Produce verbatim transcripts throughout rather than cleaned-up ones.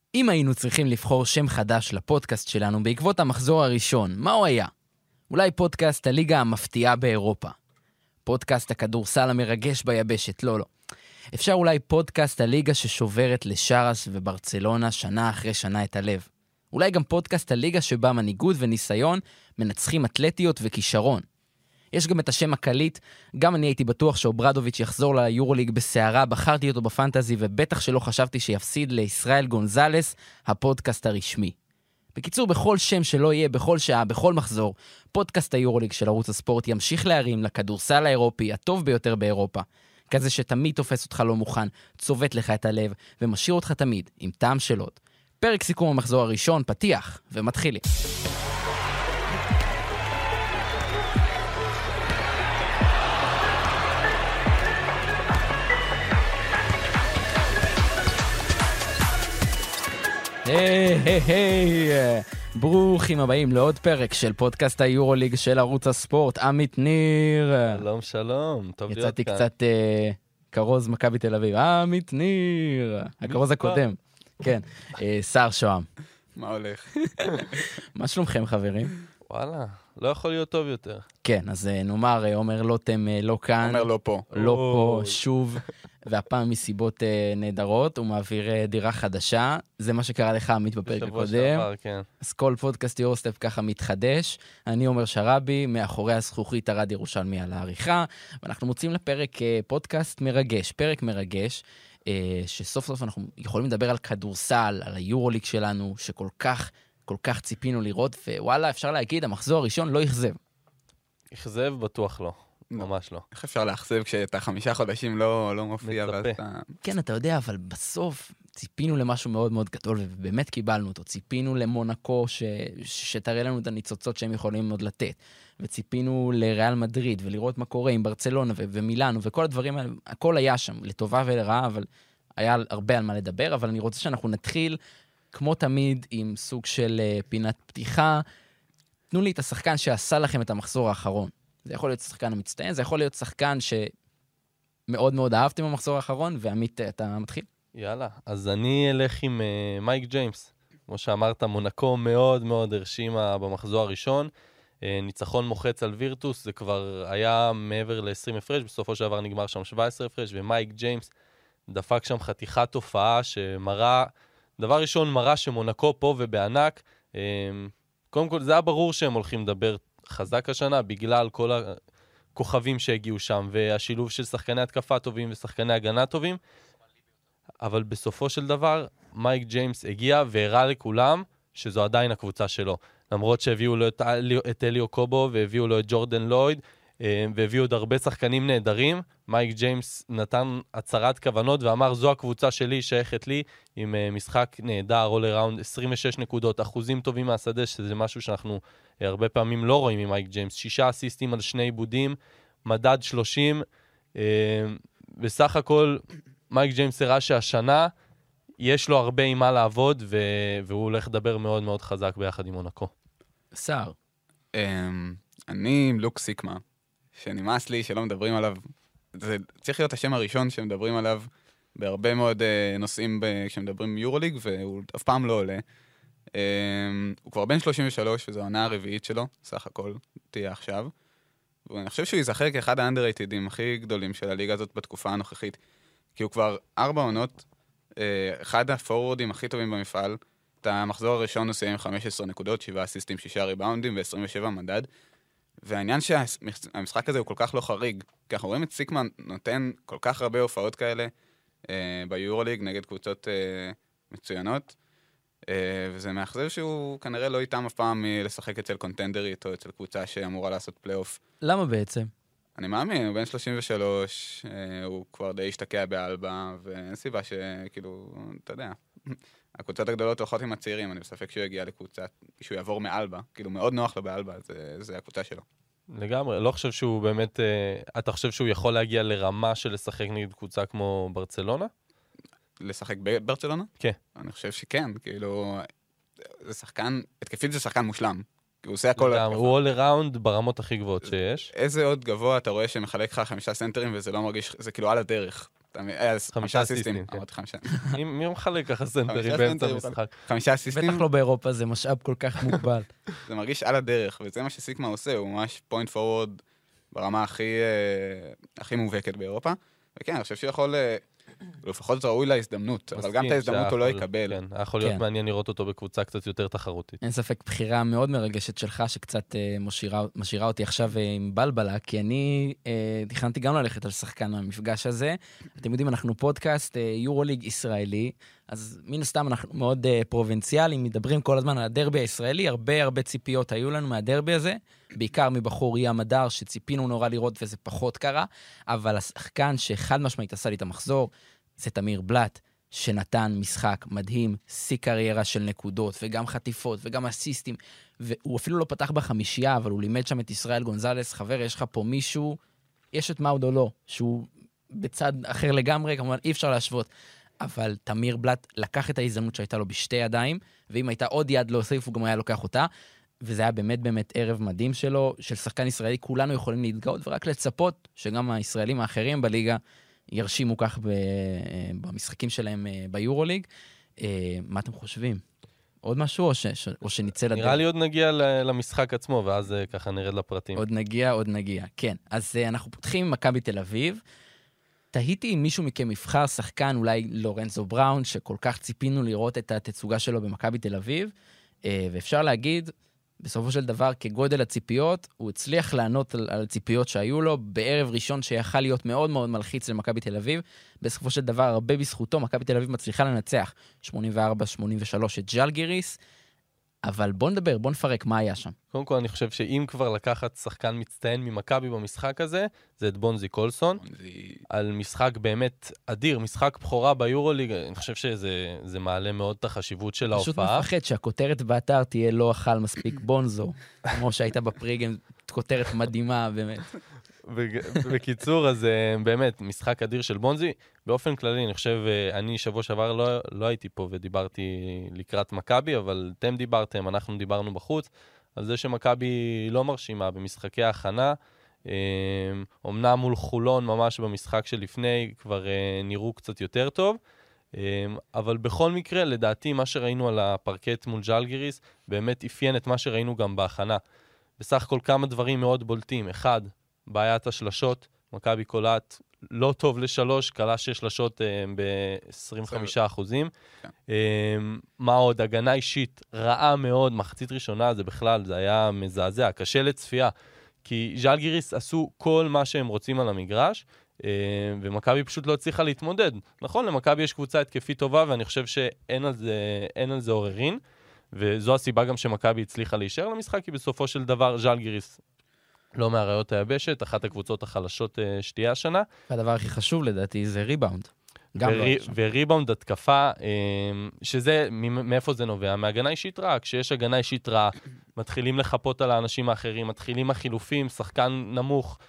אם היינו צריכים לבחור שם חדש לפודקאסט שלנו בעקבות המחזור הראשון, מה הוא היה? אולי פודקאסט הליגה המפתיעה באירופה. פודקאסט הכדורסל המרגש ביבשת, לא, לא. אפשר אולי פודקאסט הליגה ששוברת לשרס וברצלונה שנה אחרי שנה את הלב. אולי גם פודקאסט הליגה שבה מנהיגות וניסיון מנצחים אתלטיות וכישרון. יש גם את השם הקליט, גם אני הייתי בטוח שאוברדוביץ' יחזור ליורוליג בסערה, בחרתי אותו בפנטזי ובטח שלא חשבתי שיפסיד לישראל גונזלס, הפודקאסט הרשמי. בקיצור, בכל שם שלא יהיה, בכל שעה, בכל מחזור, פודקאסט היורוליג של ערוץ הספורט ימשיך להרים לכדורסל האירופי הטוב ביותר באירופה, כזה שתמיד תופס אותך לא מוכן, צובט לך את הלב ומשאיר אותך תמיד עם טעם של עוד. פרק סיכום המחזור הראשון, פתיח ומתחילים. היי היי היי, ברוכים הבאים לעוד פרק של פודקאסט היורוליג של ערוץ הספורט. עמית ניר, שלום שלום, טוב להיות כאן. יצאתי קצת uh, כרוז מכבי תל אביב. עמית ניר, הכרוז הקודם. כן, uh, שר שוהם. מה הולך? מה שלומכם חברים? וואלה, לא יכול להיות טוב יותר. כן, אז uh, נאמר, uh, עומר לוטם uh, לא כאן. עומר לא פה. לא פה, שוב, והפעם מסיבות uh, נהדרות, הוא מעביר uh, דירה חדשה. זה מה שקרה לך עמית בפרק בשבוע הקודם. שעבר, כן. אז כל פודקאסט יורסטפ ככה מתחדש. אני עומר שרבי, מאחורי הזכוכית ארד ירושלמי על העריכה, ואנחנו מוצאים לפרק uh, פודקאסט מרגש, פרק מרגש, uh, שסוף סוף אנחנו יכולים לדבר על כדורסל, על היורוליג שלנו, שכל כך, כל כך ציפינו לראות, ווואלה, אפשר להגיד, המחזור הראשון לא יחזב. יחזב בטוח לא, ממש לא. איך אפשר להחזב כשאתה חמישה חודשים לא, לא מופיע? מצפה. ואתה... כן, אתה יודע, אבל בסוף ציפינו למשהו מאוד מאוד גדול, ובאמת קיבלנו אותו. ציפינו למונקו ש... שתראה לנו את הניצוצות שהם יכולים עוד לתת. וציפינו לריאל מדריד, ולראות מה קורה עם ברצלונה ו... ומילאנו, וכל הדברים האלה, הכל היה שם, לטובה ולרעה, אבל היה הרבה על מה לדבר, אבל אני רוצה שאנחנו נתחיל, כמו תמיד, עם סוג של פינת פתיחה. תנו לי את השחקן שעשה לכם את המחזור האחרון. זה יכול להיות שחקן המצטיין, זה יכול להיות שחקן שמאוד מאוד אהבתם במחזור האחרון, ועמית, אתה מתחיל? יאללה, אז אני אלך עם uh, מייק ג'יימס. כמו שאמרת, מונקו מאוד מאוד הרשימה במחזור הראשון. Uh, ניצחון מוחץ על וירטוס, זה כבר היה מעבר ל-עשרים הפרש, בסופו של דבר נגמר שם שבע עשרה הפרש, ומייק ג'יימס דפק שם חתיכת תופעה שמראה, דבר ראשון מראה שמונקו פה ובענק, uh, קודם כל זה היה ברור שהם הולכים לדבר חזק השנה, בגלל כל הכוכבים שהגיעו שם, והשילוב של שחקני התקפה טובים ושחקני הגנה טובים, אבל בסופו של דבר, מייק ג'יימס הגיע והראה לכולם שזו עדיין הקבוצה שלו. למרות שהביאו לו את, את אליו קובו, והביאו לו את ג'ורדן לויד, והביאו עוד הרבה שחקנים נהדרים, מייק ג'יימס נתן הצהרת כוונות ואמר, זו הקבוצה שלי, שייכת לי, עם משחק נהדר, all around, עשרים ושש נקודות, אחוזים טובים מהשדה, שזה משהו שאנחנו הרבה פעמים לא רואים עם מייק ג'יימס, שישה אסיסטים על שני עיבודים, מדד שלושים, בסך הכל מייק ג'יימס הראה שהשנה יש לו הרבה עם מה לעבוד, והוא הולך לדבר מאוד מאוד חזק ביחד עם מונקו. שר. אני עם לוק סיקמה, שנמאס לי שלא מדברים עליו, זה צריך להיות השם הראשון שמדברים עליו בהרבה מאוד נושאים כשמדברים יורוליג, והוא אף פעם לא עולה. הוא כבר בן שלושים ושלוש, וזו העונה הרביעית שלו, סך הכל, תהיה עכשיו. ואני חושב שהוא יזכר כאחד האנדררייטדים הכי גדולים של הליגה הזאת בתקופה הנוכחית, כי הוא כבר ארבע עונות, אחד הפורורדים הכי טובים במפעל, את המחזור הראשון הוא סיים עם חמש עשרה נקודות, שבעה אסיסטים, שישה ריבאונדים ו-עשרים ושבע מדד. והעניין שהמשחק הזה הוא כל כך לא חריג, כי אנחנו רואים את סיקמן נותן כל כך הרבה הופעות כאלה אה, ביורוליג נגד קבוצות אה, מצוינות, אה, וזה מאכזב שהוא כנראה לא איתם אף פעם לשחק אצל קונטנדרית או אצל קבוצה שאמורה לעשות פלייאוף. למה בעצם? אני מאמין, הוא בן שלושים ושלוש, אה, הוא כבר די השתקע באלבה, ואין סיבה שכאילו, אתה יודע, הקבוצות הגדולות הולכות עם הצעירים, אני בספק שהוא יגיע לקבוצה, שהוא יעבור מאלבה, כאילו מאוד נוח לו באלבה, זה, זה הקבוצה שלו. לגמרי, לא חושב שהוא באמת, אתה חושב שהוא יכול להגיע לרמה של לשחק נגד קבוצה כמו ברצלונה? לשחק בברצלונה? כן. אני חושב שכן, כאילו, זה שחקן, התקפית זה שחקן מושלם. הוא עושה הכל... הוא all around ברמות הכי גבוהות שיש. איזה עוד גבוה אתה רואה שמחלק לך חמישה סנטרים וזה לא מרגיש, זה כאילו על הדרך. חמישה אסיסטים. אמרתי חמישה. מי מחלק ככה סנטרים באמצע המשחק? חמישה אסיסטים. בטח לא באירופה, זה משאב כל כך מוגבל. זה מרגיש על הדרך, וזה מה שסיקמה עושה, הוא ממש פוינט פורוורד ברמה הכי מובהקת באירופה. וכן, אני חושב שיכול, לפחות זה ראוי להזדמנות, אבל גם את ההזדמנות הוא לא יקבל. כן, יכול להיות מעניין לראות אותו בקבוצה קצת יותר תחרותית. אין ספק, בחירה מאוד מרגשת שלך, שקצת משאירה אותי עכשיו עם בלבלה, כי אני תכננתי גם ללכת על שחקן מהמפגש הזה. אתם יודעים, אנחנו פודקאסט יורוליג ישראלי, אז מן הסתם אנחנו מאוד פרובינציאליים, מדברים כל הזמן על הדרבי הישראלי, הרבה הרבה ציפיות היו לנו מהדרבי הזה, בעיקר מבחור ים הדר, שציפינו נורא לראות וזה פחות קרה, אבל השחקן שחד משמעית עשה לי את המחזור, זה תמיר בלט, שנתן משחק מדהים, שיא קריירה של נקודות, וגם חטיפות, וגם אסיסטים, והוא אפילו לא פתח בחמישייה, אבל הוא לימד שם את ישראל גונזלס, חבר, יש לך פה מישהו, יש את מאוד או לא, שהוא בצד אחר לגמרי, כמובן אי אפשר להשוות, אבל תמיר בלט לקח את ההזדמנות שהייתה לו בשתי ידיים, ואם הייתה עוד יד להוסיף, הוא גם היה לוקח אותה, וזה היה באמת באמת ערב מדהים שלו, של שחקן ישראלי, כולנו יכולים להתגאות, ורק לצפות שגם הישראלים האחרים בליגה ירשימו כך במשחקים שלהם ביורוליג. מה אתם חושבים? עוד משהו או, ש, או שנצא לדרך? נראה לי עוד נגיע למשחק עצמו, ואז ככה נרד לפרטים. עוד נגיע, עוד נגיע. כן, אז אנחנו פותחים עם מכבי תל אביב. תהיתי אם מישהו מכם יבחר שחקן, אולי לורנזו בראון, שכל כך ציפינו לראות את התצוגה שלו במכבי תל אביב, ואפשר להגיד, בסופו של דבר, כגודל הציפיות, הוא הצליח לענות על, על הציפיות שהיו לו, בערב ראשון שיכל להיות מאוד מאוד מלחיץ למכבי תל אביב, בסופו של דבר, הרבה בזכותו, מכבי תל אביב מצליחה לנצח שמונים וארבע שמונים ושלוש את ז'לגיריס, אבל בוא נדבר, בוא נפרק מה היה שם. קודם כל, אני חושב שאם כבר לקחת שחקן מצטיין ממכבי במשחק הזה, זה את בונזי קולסון, בונזי... על משחק באמת אדיר, משחק בכורה ביורוליג, אני חושב שזה זה מעלה מאוד את החשיבות של ההופעה. פשוט מפחד שהכותרת באתר תהיה לא אכל מספיק בונזו, כמו שהייתה בפריגם, כותרת מדהימה, באמת. בקיצור, אז באמת, משחק אדיר של בונזי. באופן כללי, אני חושב, אני שבוע שעבר לא, לא הייתי פה ודיברתי לקראת מכבי, אבל אתם דיברתם, אנחנו דיברנו בחוץ, על זה שמכבי לא מרשימה במשחקי ההכנה. אומנם מול חולון, ממש במשחק שלפני, כבר נראו קצת יותר טוב, אבל בכל מקרה, לדעתי, מה שראינו על הפרקט מול ז'לגיריס, באמת אפיין את מה שראינו גם בהכנה. בסך הכל כמה דברים מאוד בולטים. אחד, בעיית השלשות, מכבי קולט לא טוב לשלוש, קלה של שלשות אה, ב-עשרים וחמישה אחוזים. כן. אה, מה עוד? הגנה אישית רעה מאוד, מחצית ראשונה, זה בכלל, זה היה מזעזע, קשה לצפייה, כי ז'לגיריס עשו כל מה שהם רוצים על המגרש, אה, ומכבי פשוט לא הצליחה להתמודד. נכון, למכבי יש קבוצה התקפית טובה, ואני חושב שאין על זה, אין על זה עוררין, וזו הסיבה גם שמכבי הצליחה להישאר למשחק, כי בסופו של דבר ז'לגיריס לא מהראיות היבשת, אחת הקבוצות החלשות שתהיה השנה. והדבר הכי חשוב לדעתי זה ריבאונד. וריבאונד התקפה, שזה, מאיפה זה נובע? מהגנה אישית רעה. כשיש הגנה אישית רעה, מתחילים לחפות על האנשים האחרים, מתחילים החילופים, שחקן נמוך,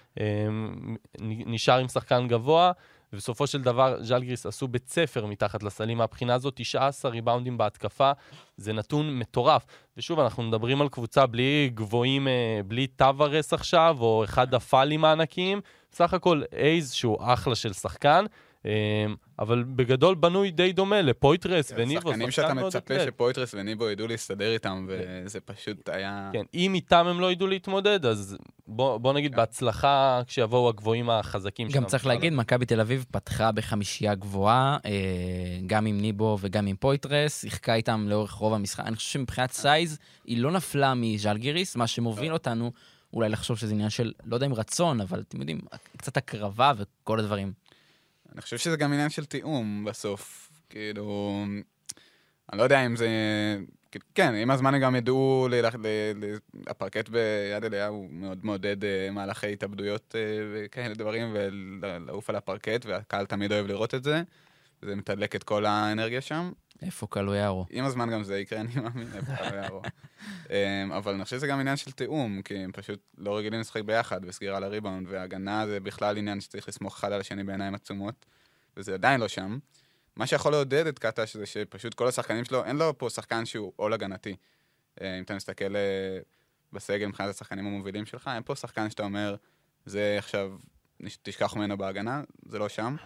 נשאר עם שחקן גבוה, ובסופו של דבר, ז'לגיריס עשו בית ספר מתחת לסלים. מהבחינה הזאת, תשעה עשר ריבאונדים בהתקפה, זה נתון מטורף. ושוב, אנחנו מדברים על קבוצה בלי גבוהים, בלי טוורס עכשיו, או אחד הפאלים הענקיים. בסך הכל, אייז, שהוא אחלה של שחקן, אבל בגדול בנוי די דומה לפויטרס וניבו. שחקנים שאתה מצפה שפויטרס וניבו ידעו להסתדר איתם, וזה פשוט היה... כן, אם איתם הם לא ידעו להתמודד, אז בוא נגיד בהצלחה כשיבואו הגבוהים החזקים. גם צריך להגיד, מכבי תל אביב פתחה בחמישייה גבוהה, גם עם ניבו וגם עם פויטרס, שיחקה איתם לאורך רוב המשחק. אני חושב שמבחינת סייז, היא לא נפלה מז'לגיריס, מה שמוביל אותנו, אולי לחשוב שזה עניין של, לא יודע אם רצון, אבל אתם יודעים, קצת הקרבה וכל הדברים. אני חושב שזה גם עניין של תיאום בסוף, כאילו, אני לא יודע אם זה, כן, עם הזמן הם גם ידעו, הפרקט ביד אליה הוא מאוד מעודד מהלכי התאבדויות וכאלה דברים, ולעוף על הפרקט, והקהל תמיד אוהב לראות את זה, וזה מתדלק את כל האנרגיה שם. איפה קלו יערו? עם הזמן גם זה יקרה, אני מאמין, איפה קלו יערו. אבל אני חושב שזה גם עניין של תיאום, כי הם פשוט לא רגילים לשחק ביחד, בסגירה לריבאונד, והגנה זה בכלל עניין שצריך לסמוך אחד על השני בעיניים עצומות, וזה עדיין לא שם. מה שיכול לעודד את קטש זה שפשוט כל השחקנים שלו, אין לו פה שחקן שהוא עול הגנתי. אם אתה מסתכל בסגל מבחינת השחקנים המובילים שלך, אין פה שחקן שאתה אומר, זה עכשיו, תשכח ממנו בהגנה, זה לא שם.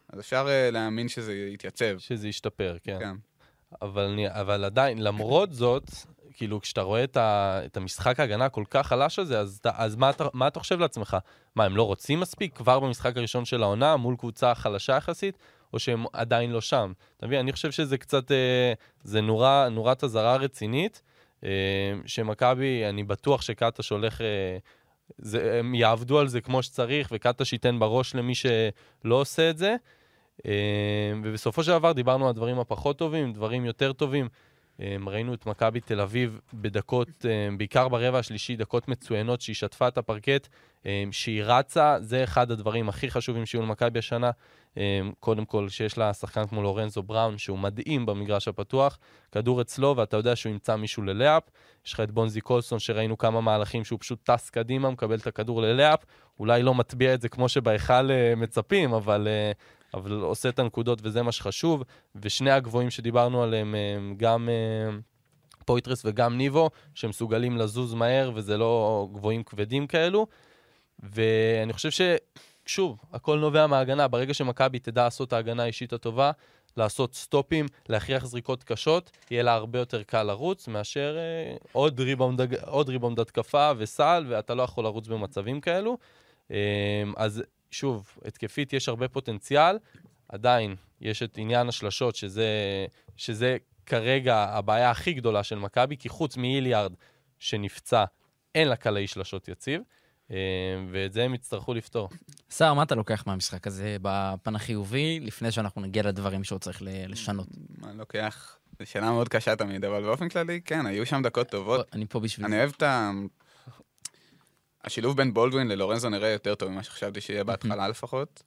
אז אפשר uh, להאמין שזה יתייצב. שזה ישתפר, כן. כן. אבל, אני, אבל עדיין, למרות זאת, כאילו, כשאתה רואה את, ה, את המשחק ההגנה כל כך חלש הזה, אז, אז מה, אתה, מה אתה חושב לעצמך? מה, הם לא רוצים מספיק כבר במשחק הראשון של העונה, מול קבוצה חלשה יחסית, או שהם עדיין לא שם? אתה מבין? אני חושב שזה קצת, אה, זה נורה, נורת הזרה רצינית, אה, שמכבי, אני בטוח שקאטה שהולך, אה, זה, הם יעבדו על זה כמו שצריך, וקאטה שיתן בראש למי שלא עושה את זה, אה, ובסופו של דבר דיברנו על דברים הפחות טובים, דברים יותר טובים, ראינו את מכבי תל אביב בדקות, בעיקר ברבע השלישי, דקות מצוינות שהיא שטפה את הפרקט, שהיא רצה, זה אחד הדברים הכי חשובים שיהיו למכבי השנה. קודם כל שיש לה שחקן כמו לורנזו בראון, שהוא מדהים במגרש הפתוח, כדור אצלו ואתה יודע שהוא ימצא מישהו ללאפ, יש לך את בונזי קולסון שראינו כמה מהלכים שהוא פשוט טס קדימה, מקבל את הכדור ללאפ, אולי לא מטביע את זה כמו שבהיכל מצפים, אבל... אבל עושה את הנקודות וזה מה שחשוב, ושני הגבוהים שדיברנו עליהם, גם פויטרס וגם ניבו, שמסוגלים לזוז מהר, וזה לא גבוהים כבדים כאלו, ואני חושב ששוב, הכל נובע מההגנה, ברגע שמכבי תדע לעשות ההגנה האישית הטובה, לעשות סטופים, להכריח זריקות קשות, יהיה לה הרבה יותר קל לרוץ, מאשר אה, עוד ריבאונד, עוד ריבאונד התקפה וסל, ואתה לא יכול לרוץ במצבים כאלו, אה, אז שוב, התקפית יש הרבה פוטנציאל, עדיין יש את עניין השלשות, שזה, שזה כרגע הבעיה הכי גדולה של מכבי, כי חוץ מאיליארד שנפצע, אין לה קלעי שלשות יציב, ואת זה הם יצטרכו לפתור. שר, מה אתה לוקח מהמשחק הזה בפן החיובי, לפני שאנחנו נגיע לדברים שהוא צריך לשנות? מה לוקח? זו שאלה מאוד קשה תמיד, אבל באופן כללי, כן, היו שם דקות טובות. אני פה בשביל זה. אני אוהב את ה... השילוב בין בולדווין ללורנזו נראה יותר טוב ממה שחשבתי שיהיה בהתחלה לפחות.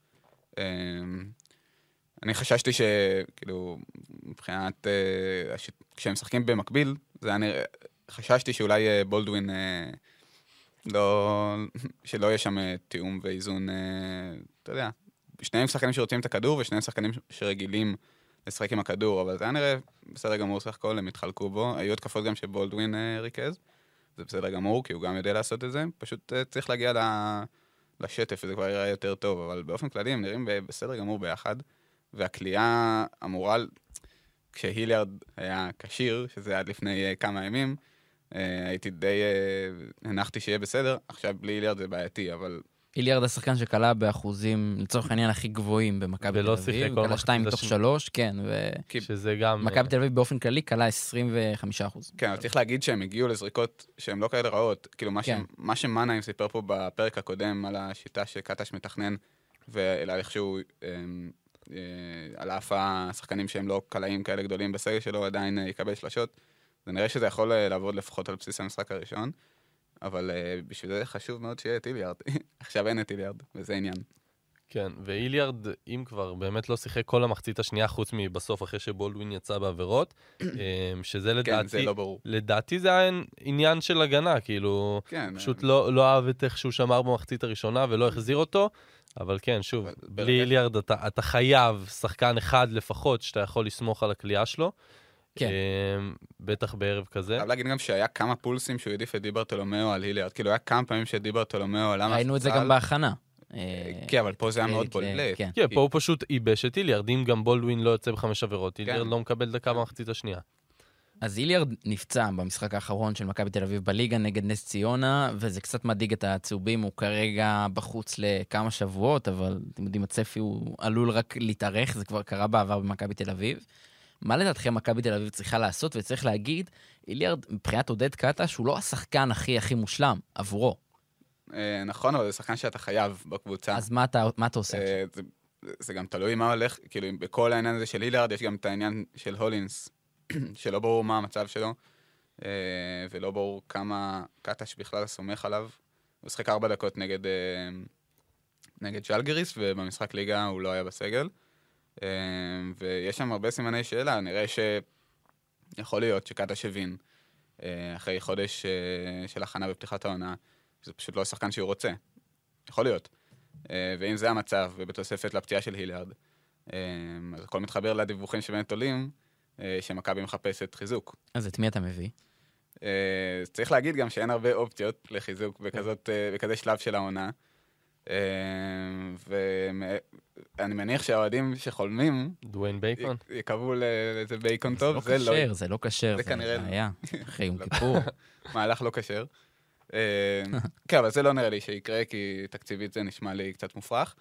אני חששתי שכאילו, מבחינת, כשהם משחקים במקביל, חששתי שאולי בולדווין, שלא יהיה שם תיאום ואיזון, אתה יודע, שניהם שחקנים שרוצים את הכדור, ושניהם שחקנים שרגילים לשחק עם הכדור, אבל זה היה נראה בסדר גמור, סך הכל, הם התחלקו בו, היו התקפות גם שבולדווין ריכז, זה בסדר גמור, כי הוא גם יודע לעשות את זה, פשוט צריך להגיע לשטף, וזה כבר יראה יותר טוב, אבל באופן כללי הם נראים בסדר גמור ביחד, והקליעה אמורה, כשהיליארד היה קשיר, שזה עד לפני כמה ימים, הייתי די, הנחתי שיהיה בסדר, עכשיו בלי היליארד זה בעייתי, אבל... היליארד השחקן שקלה באחוזים, לצורך העניין הכי גבוהים במכבי תל אביב, קלה שתיים מתוך שלוש, כן, שזה גם... מכבי תל אביב באופן כללי קלה עשרים וחמישה אחוז. כן, אבל צריך להגיד שהם הגיעו לזריקות שהן לא כאלה רעות, כאילו מה שמאנה סיפר פה בפרק הקודם על השיטה שקטש מתכנן, ואלה איכשהו, על אף השחקנים שהם לא קלעים כאלה גדולים בסגל שלו, עדיין יקבל שלשות, זה נראה שזה יכול לעבוד לפחות על בסיס המשחק הראשון, אבל uh, בשביל זה חשוב מאוד שיהיה את איליארד. עכשיו אין את איליארד, וזה עניין. כן, ואיליארד, אם כבר, באמת לא שיחק כל המחצית השנייה, חוץ מבסוף אחרי שבולדווין יצא בעבירות, שזה לדעתי... כן, זה לא ברור. לדעתי זה היה עניין של הגנה, כאילו, כן, פשוט לא, לא אהב את איך שהוא שמר במחצית הראשונה, ולא החזיר אותו, אבל כן, שוב, בלי איליארד אתה, אתה חייב שחקן אחד לפחות, שאתה יכול לסמוך על הקליעה שלו, כן. בטח בערב כזה. חייב להגיד גם שהיה כמה פולסים שהוא העדיף את דיברטולומיאו על היליארד, כאילו היה כמה פעמים שדיברטולומיאו עלה מהספסל. ראינו את זה גם בהכנה. כן, אבל פה זה היה מאוד בולט. כן, פה הוא פשוט איבש את היליארד, אם גם בולדווין לא יוצא בחמש עבירות, היליארד לא מקבל דקה במחצית השנייה. אז היליארד נפצע במשחק האחרון של מכבי תל אביב בליגה נגד נס ציונה, וזה קצת מדאיג את הצהובים, הוא כרגע בחוץ לכמה שבועות, אבל אתם יודעים, הצפי הוא עלול רק להתארך, זה כבר קרה בעבר במכבי תל אביב. מה לדעתכם מכבי תל אביב צריכה לעשות, וצריך להגיד, היליארד מבחינת עודד קטש, הוא לא השחקן הכי הכי מושלם עבורו. נכון, אבל זה שחקן שאתה חייב בקבוצה. אז מה אתה, מה אתה עושה? זה, זה גם תלוי מה הולך, כאילו בכל העניין הזה של היליארד, יש גם את העניין של הולינס, שלא ברור מה המצב שלו, ולא ברור כמה קטש בכלל סומך עליו. הוא שחק ארבע דקות נגד, נגד שלגריס, ובמשחק ליגה הוא לא היה בסגל. ויש שם הרבה סימני שאלה, נראה שיכול להיות שקטש הבין, אחרי חודש של הכנה בפתיחת העונה, זה פשוט לא שחקן שהוא רוצה. יכול להיות. ואם זה המצב, ובתוספת לפציעה של היליארד, אז הכל מתחבר לדיווחים שבאמת עולים, שמכבי מחפשת חיזוק. אז את מי אתה מביא? צריך להגיד גם שאין הרבה אופציות לחיזוק בכזאת, בכזה שלב של העונה. אני מניח שהאוהדים שחולמים, דוויין בייקון? יקבלו לאיזה בייקון טוב, זה לא כשר, זה לא כשר, זה זה כנראה- בעיה. אחרי יום כיפור. מהלך לא כשר. אה, כן, אבל זה לא נראה לי שיקרה, כי תקציבית זה נשמע לי קצת מופרך.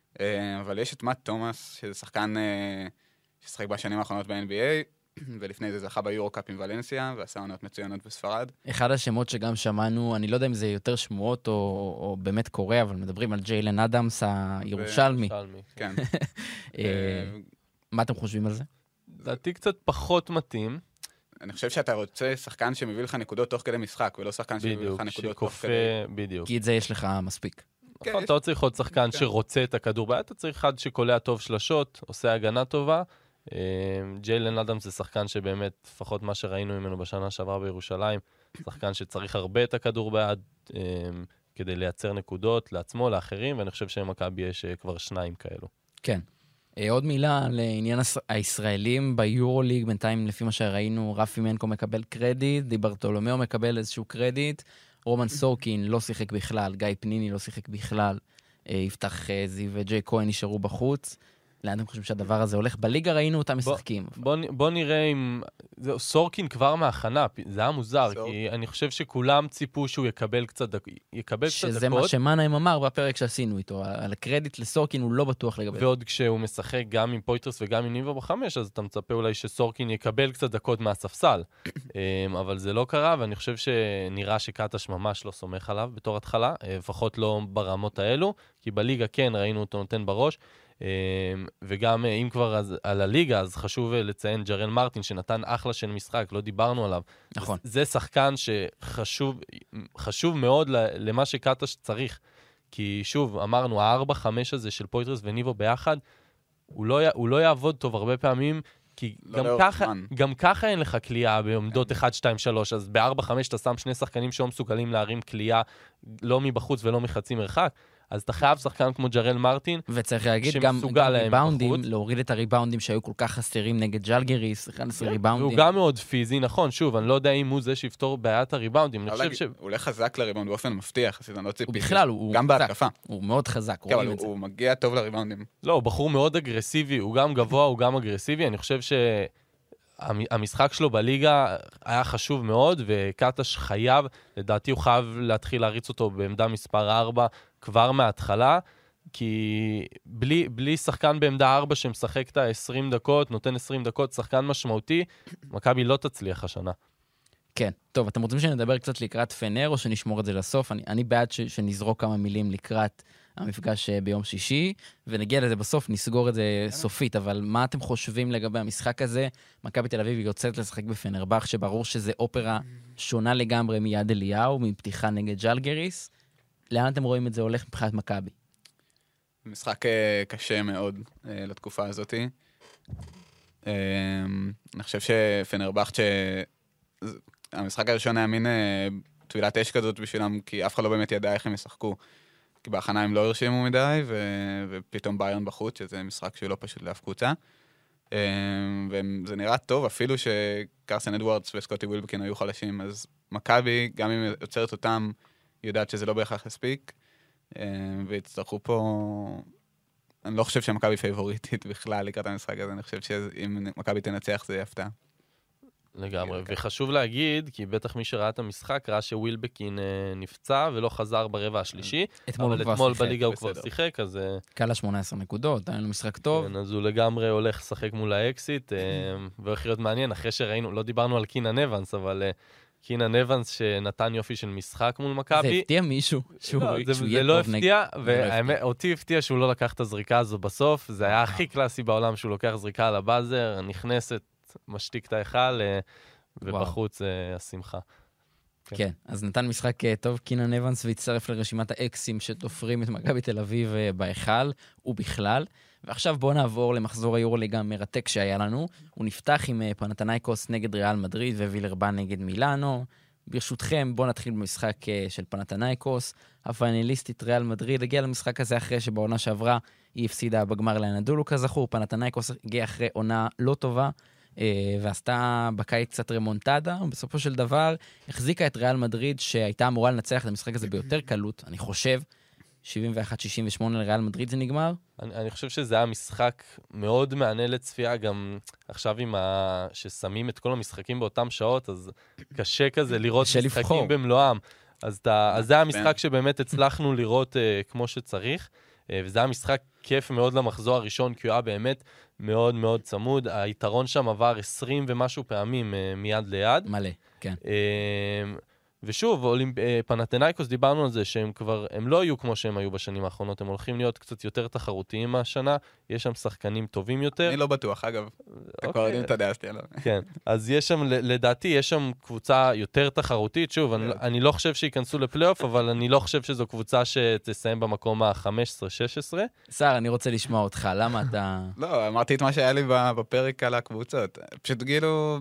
אה, אבל יש את מאט תומאס, שזה שחקן אה, ששחק בשנים האחרונות ב-אן בי איי, ולפני זה זכה ביורו-קאפ עם ולנסיה, ועשה עונות מצוינות בספרד. אחד השמות שגם שמענו, אני לא יודע אם זה יותר שמועות או, או באמת קורה, אבל מדברים על ג'יילן אדמס הירושלמי. שלמי. כן. אה, אה, מה אתם חושבים על זה? לדעתי קצת פחות מתאים. אני חושב שאתה רוצה שחקן שמביא לך נקודות תוך כדי משחק, ולא שחקן שמביא בדיוק, לך נקודות תוך שכופה, כדי... בדיוק. כי את זה יש לך מספיק. כן, נכון, יש- אתה לא צריך עוד שחקן כן. שרוצה את הכדור ביד, אתה צריך אחד שקולע טוב שלשות, עושה הגנה טובה. אה, ג'יילן אדמס זה שחקן שבאמת, לפחות מה שראינו ממנו בשנה שעברה בירושלים, שחקן שצריך הרבה את הכדור ביד אה, כדי לייצר נקודות לעצמו, לאחרים, ואני חושב שמכבי יש אה, כבר שניים כאלו. כן. אה, עוד מילה לעניין הס- הישראלים ביורוליג, בינתיים לפי מה שראינו, רפי מנקו מקבל קרדיט, דיברטולומיאו מקבל איזשהו קרדיט, רומן סורקין לא שיחק בכלל, גיא פניני לא שיחק בכלל, אה, יפתח אה, זיו וג'יי כהן נשארו בחוץ. לאן אתם חושבים שהדבר הזה הולך? בליגה ראינו אותם משחקים. בוא, נ- בוא נראה אם... זהו, סורקין כבר מהכנה, פ- זה היה מוזר, סורק. כי אני חושב שכולם ציפו שהוא יקבל קצת, דק... יקבל קצת שזה מה דקות, שמנהיים אמר בפרק שעשינו איתו, על הקרדיט לסורקין הוא לא בטוח לגבי. ועוד כשהוא משחק גם עם פויטרס וגם עם ניבו בחמש, אז אתה מצפה אולי שסורקין יקבל קצת דקות מהספסל. אמ, אבל זה לא קרה, ואני חושב שנראה שקטש ממש לא סומך עליו בתור התחלה, אה, לפחות לא ברמות האלו, כי בליגה כן ראינו אותו נותן בראש, אמ, וגם אה, אם כבר אז, על הליגה, אז חשוב אה, לציין ג'רל מרטין, שנתן אחלה של משחק, לא דיברנו עליו. נכון. זה שחקן שחשוב חשוב מאוד ל- למה שקטש צריך. כי שוב, אמרנו, ה-ארבע חמש הזה של פויטרס וניבו ביחד, הוא לא, י- הוא לא יעבוד טוב הרבה פעמים, כי לא גם, לאורך ככה, זמן. גם ככה אין לך קליעה בעומדות אחת, שתיים, שלוש, אז ב-ארבע חמש אתה שם שני שחקנים שלא מסוגלים להרים קליעה, לא מבחוץ ולא מחצי מרחק, אז אתה חייב שחקן כמו ג'רל מרטין, וצריך להגיד, גם, שמסוגל גם להם ריבאונדים, בחוץ. להוריד את הריבאונדים שהיו כל כך חסרים נגד ג'לגריס, אחד עשר ריבאונדים. והוא גם מאוד פיזי, נכון, שוב, אני לא יודע אם הוא זה שיפתור בעיית הריבאונדים, אני אבל חושב להגיד, ש... הוא הולך חזק לריבאונד באופן מבטיח, אז אני לא ציפיתי. הוא בכלל, הוא גם חזק. בהתקפה. הוא מאוד חזק, כן, אבל רואים את זה. הוא מגיע טוב לריבאונדים. לא, הוא בחור מאוד אגרסיבי, הוא גם גבוה, הוא גם אגרסיבי, אני חושב שהמשחק שלו בליגה היה חשוב מאוד, וקטש חייב, לדעתי הוא חייב להתחיל להריץ אותו בעמדה מספר ארבע כבר מההתחלה, כי בלי, בלי שחקן בעמדה ארבע שמשחק את ה-עשרים דקות, נותן עשרים דקות, שחקן משמעותי, מכבי לא תצליח השנה. כן. טוב, אתם רוצים שנדבר קצת לקראת פנר, או שנשמור את זה לסוף? אני, אני בעד ש, שנזרוק כמה מילים לקראת המפגש אה, ביום שישי, ונגיע לזה בסוף, נסגור את זה סופית, אבל מה אתם חושבים לגבי המשחק הזה? מכבי תל אביב יוצאת לשחק בפנרבך, שברור שזה אופרה שונה לגמרי מיד אליהו, מפתיחה נגד ג'לגריס. לאן אתם רואים את זה הולך מבחינת מכבי? משחק אה, קשה מאוד אה, לתקופה הזאת. אה, אני חושב שפנרבכט, המשחק הראשון היה מין אה, טבילת אש כזאת בשבילם, כי אף אחד לא באמת ידע איך הם ישחקו. כי בהכנה הם לא הרשימו מדי, ו... ופתאום ביירן בחוץ, שזה משחק שהוא לא פשוט לאף קבוצה. אה, וזה נראה טוב, אפילו שקרסן אדוארדס וסקוטי ווילבקין היו חלשים, אז מכבי, גם אם יוצרת אותם, יודעת שזה לא בהכרח יספיק. והצטרכו פה... אני לא חושב שמכבי פייבוריטית בכלל לקראת המשחק הזה, אני חושב שאם מכבי תנצח זה יפתע. לגמרי, וחשוב להגיד, כי בטח מי שראה את המשחק, ראה שווילבקין אה, נפצע ולא חזר ברבע השלישי, אתמול אבל הוא כבר אתמול שיחק, בליגה הוא בסדר. כבר שיחק, אז, אה, קלה שמונה עשרה נקודות, היה לנו משחק טוב. כן, אז הוא לגמרי הולך לשחק מול האקסיט, אה, והולך להיות מעניין, אחרי שראינו, לא דיברנו על קינן אבנס, אבל אה, קינן אבנס שנתן יופי של משחק מול זה מכבי, הפתיע מישהו שהוא לא, זה, שהוא זה יהיה לא טוב נגד... הפתיע, זה לא והאמת, הפתיע. אותי הפתיע שהוא לא לקח את הזריקה הזו בסוף, זה היה הכי קלאסי בעולם שהוא לוקח זריקה על הבאזר, נכנסת, משתיק את ההיכל, אה, ובחוץ אה, השמחה. כן, אז נתן משחק אה, טוב קינן אבנס והצטרף לרשימת האקסים שתופרים את מכבי תל אביב אה, בהיכל ובכלל. ועכשיו בואו נעבור למחזור היורוליגה המרתק שהיה לנו. הוא נפתח עם אה, פנתנייקוס נגד ריאל מדריד ווילרבן נגד מילאנו. ברשותכם, בואו נתחיל במשחק אה, של פנתנייקוס. הפיינליסטית ריאל מדריד הגיעה למשחק הזה אחרי שבעונה שעברה היא הפסידה בגמר לאנדולו כזכור. פנתנייקוס הגיעה אחרי עונה לא טובה. ועשתה בקיץ קצת רמונטדה, ובסופו של דבר החזיקה את ריאל מדריד, שהייתה אמורה לנצח את המשחק הזה ביותר קלות, אני חושב, שבעים ואחת שישים ושמונה לריאל מדריד זה נגמר. אני, אני חושב שזה היה משחק מאוד מענה לצפייה, גם עכשיו עם ה... ששמים את כל המשחקים באותם שעות, אז קשה כזה לראות משחקים לבחור. במלואם. אז, אתה, אז זה היה משחק שבאמת הצלחנו לראות uh, כמו שצריך, uh, וזה היה משחק כיף מאוד למחזור הראשון, כי הוא היה באמת מאוד מאוד צמוד. היתרון שם עבר עשרים ומשהו פעמים uh, מיד ליד. מלא, כן. Uh, ושוב, אולימפ... פנתנייקוס, דיברנו על זה שהם כבר, הם לא יהיו כמו שהם היו בשנים האחרונות, הם הולכים להיות קצת יותר תחרותיים מהשנה, יש שם שחקנים טובים יותר. אני לא בטוח, אגב. אתה כבר יודעים את הדעה שלי עליו. כן, אז יש שם, לדעתי, יש שם קבוצה יותר תחרותית, שוב, אני, אני לא חושב שיכנסו לפלייאוף, אבל אני לא חושב שזו קבוצה שתסיים במקום ה-חמש עשרה שש עשרה. שר, אני רוצה לשמוע אותך, למה אתה... לא, אמרתי את מה שהיה לי בפרק על הקבוצות. פשוט גילו...